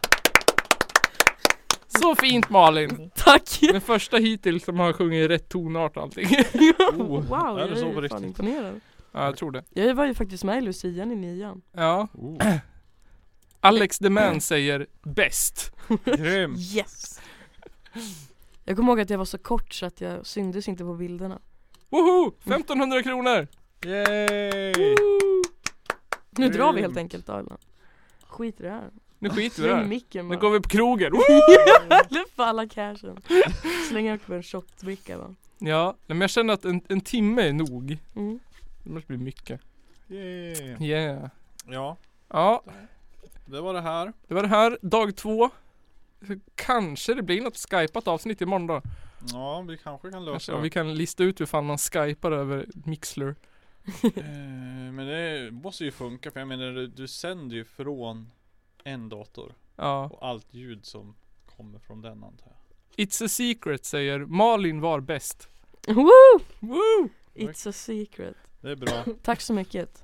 Så fint, Malin. Tack! Den första hittills som har sjungit rätt tonart och allting. Wow, jag är det så på är riktigt? fan imponerad. Ja, jag tror det. Jag var ju faktiskt med i Lucian i 9. Ja. Alex the Man säger bäst. Grym! Yes! Jag kommer ihåg att jag var så kort så att jag syndes inte på bilderna. Woho! 1500 kronor! Yay! Nu drar vi helt enkelt då, eller? Skit i det här. Nu skiter vi där. Micken Nu bara. går vi på krogen. Lyft för alla cashen. Slänger upp en shotbricka va. Ja, men jag känner att en timme är nog. Mm. Det måste bli mycket. Yeah. Yeah. Ja, Ja, det var det här. det var det här. Dag 2. Kanske det blir något skypat avsnitt imorgon då. Ja, vi kanske kan lösa Kanske, och vi kan lista ut hur fan man skypar över Mixler. Men det måste ju funka, för jag menar du sänder ju från en dator. Ja. Och allt ljud som kommer från den, antar jag. It's a secret säger Malin var bäst. Woo! Woo! It's a secret. Det är bra. Tack så mycket.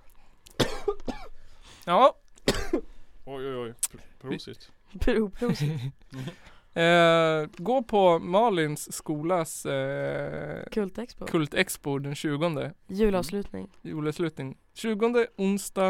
Ja. Oj. Prosit. Prosit. Gå på Malins skolas Kultexpo. Kultexpo den 20. Julavslutning. Julavslutning. 20 onsdag.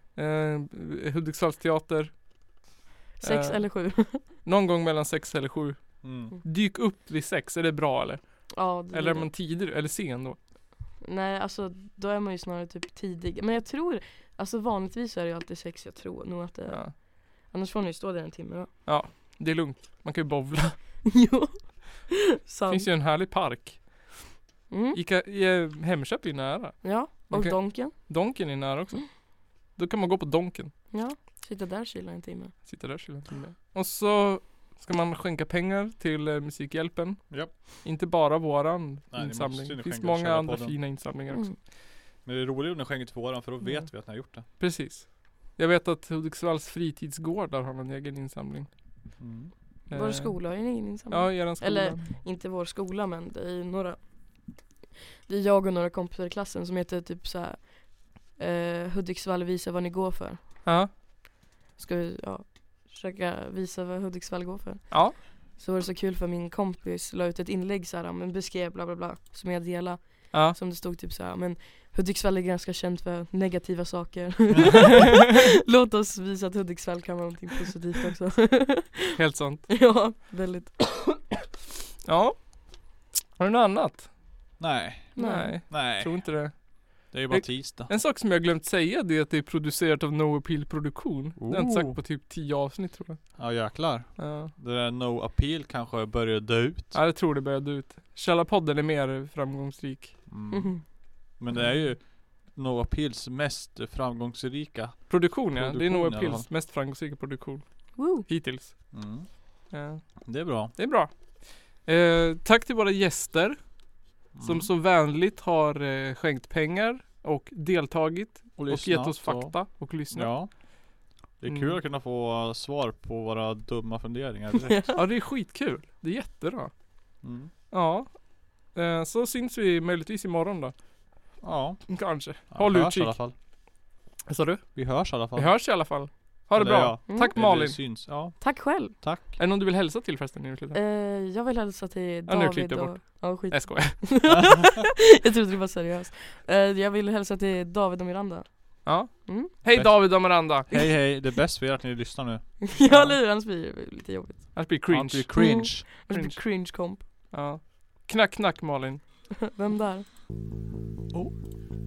Hudiksvallsteater. 6 eller 7. Någon gång mellan 6 eller 7. Mm. Dyk upp vid 6, är det bra eller? Ja, Eller är man tidig eller sen då? Nej, alltså då är man ju snarare typ tidig. Men jag tror, alltså vanligtvis är det ju alltid 6, jag tror nog att det är. Ja. Annars får ni ju stå där en timme då. Ja, det är lugnt. Man kan ju bowla. Jo. Det Sant. finns ju en härlig park. Mm. Hemköp är nära. Ja, Man och kan- Donken. Donken är nära också. Då kan man gå på Donken. Ja, sitta där och chilla en timme. Sitta där chilla en timme. Och så ska man skänka pengar till Musikhjälpen. Ja. Inte bara våran Nej, ni insamling. måste ju Det finns skänka många till andra podden. fina insamlingar också. Mm. Men det är roligt om ni skänker till våran, för då vet vi att ni har gjort det. Precis. Jag vet att Hudiksvalls fritidsgårdar har en egen insamling. Mm. Vår skola har ju en egen insamling. Ja, eran skola. Eller inte vår skola, men det är ju några. Det är jag och några kompisar i klassen som heter typ så här Hudiksvall visa vad ni går för. Ja. Ska vi försöka visa vad Hudiksvall går för. Ja. Så var det så kul för min kompis la ut ett inlägg så här, men beskrev bla bla bla som jag delade. Ja. Som det stod typ så här, men Hudiksvall är ganska känt för negativa saker. Låt oss visa att Hudiksvall kan vara någonting positivt också. Helt sant. Ja, väldigt. Ja. Har du något annat? Nej. Nej. Tror inte det. Det är ju bara tisdag. En sak som jag glömt säga, det är att det är producerat av No Appeal Produktion. Det har jag inte sagt Oh. på typ 10 avsnitt tror jag. Ja, jäklar. Ja. Det där No Appeal kanske börjar dö ut. Ja, jag tror det började ut. Källarpodden är mer framgångsrik. Mhm. Men det är ju No Appeals mest framgångsrika. Produktion, ja. Det är Produktion, No i alla Appeals fall. mest framgångsrika produktion. Woo. Hittills. Mm. Ja. Det är bra. Det är bra. Tack till våra gäster som så vänligt har skänkt pengar och deltagit och gett oss fakta och lyssnat. Ja. Det är kul att kunna få svar på våra dumma funderingar direkt. Ja, det är skitkul. Det är jättebra. Ja. Så syns vi möjligtvis imorgon då. Ja. Kanske. Ja, Håll hörs utkik. i alla fall. Vad sa du? Vi hörs i alla fall. Vi hörs i alla fall. Ha det Eller bra. ja. Tack Eller Malin. syns. Ja, Tack själv. tack. Är det någon du vill hälsa till förresten? Jag vill hälsa till Ja, nu David klippte jag och... Ja, skit. Jag skojar. Jag trodde det var seriöst. Jag vill hälsa till David och Miranda. Ja. Mm. Hej Bäst. David och Miranda. Hej, det är bäst för er att ni lyssnar nu. Ja, eller hur? Annars blir det lite jobbigt. Annars blir Ja, cringe. det blir cringe. Annars blir det cringe komp. Ja. Knack knack Malin. Vem där? Oh.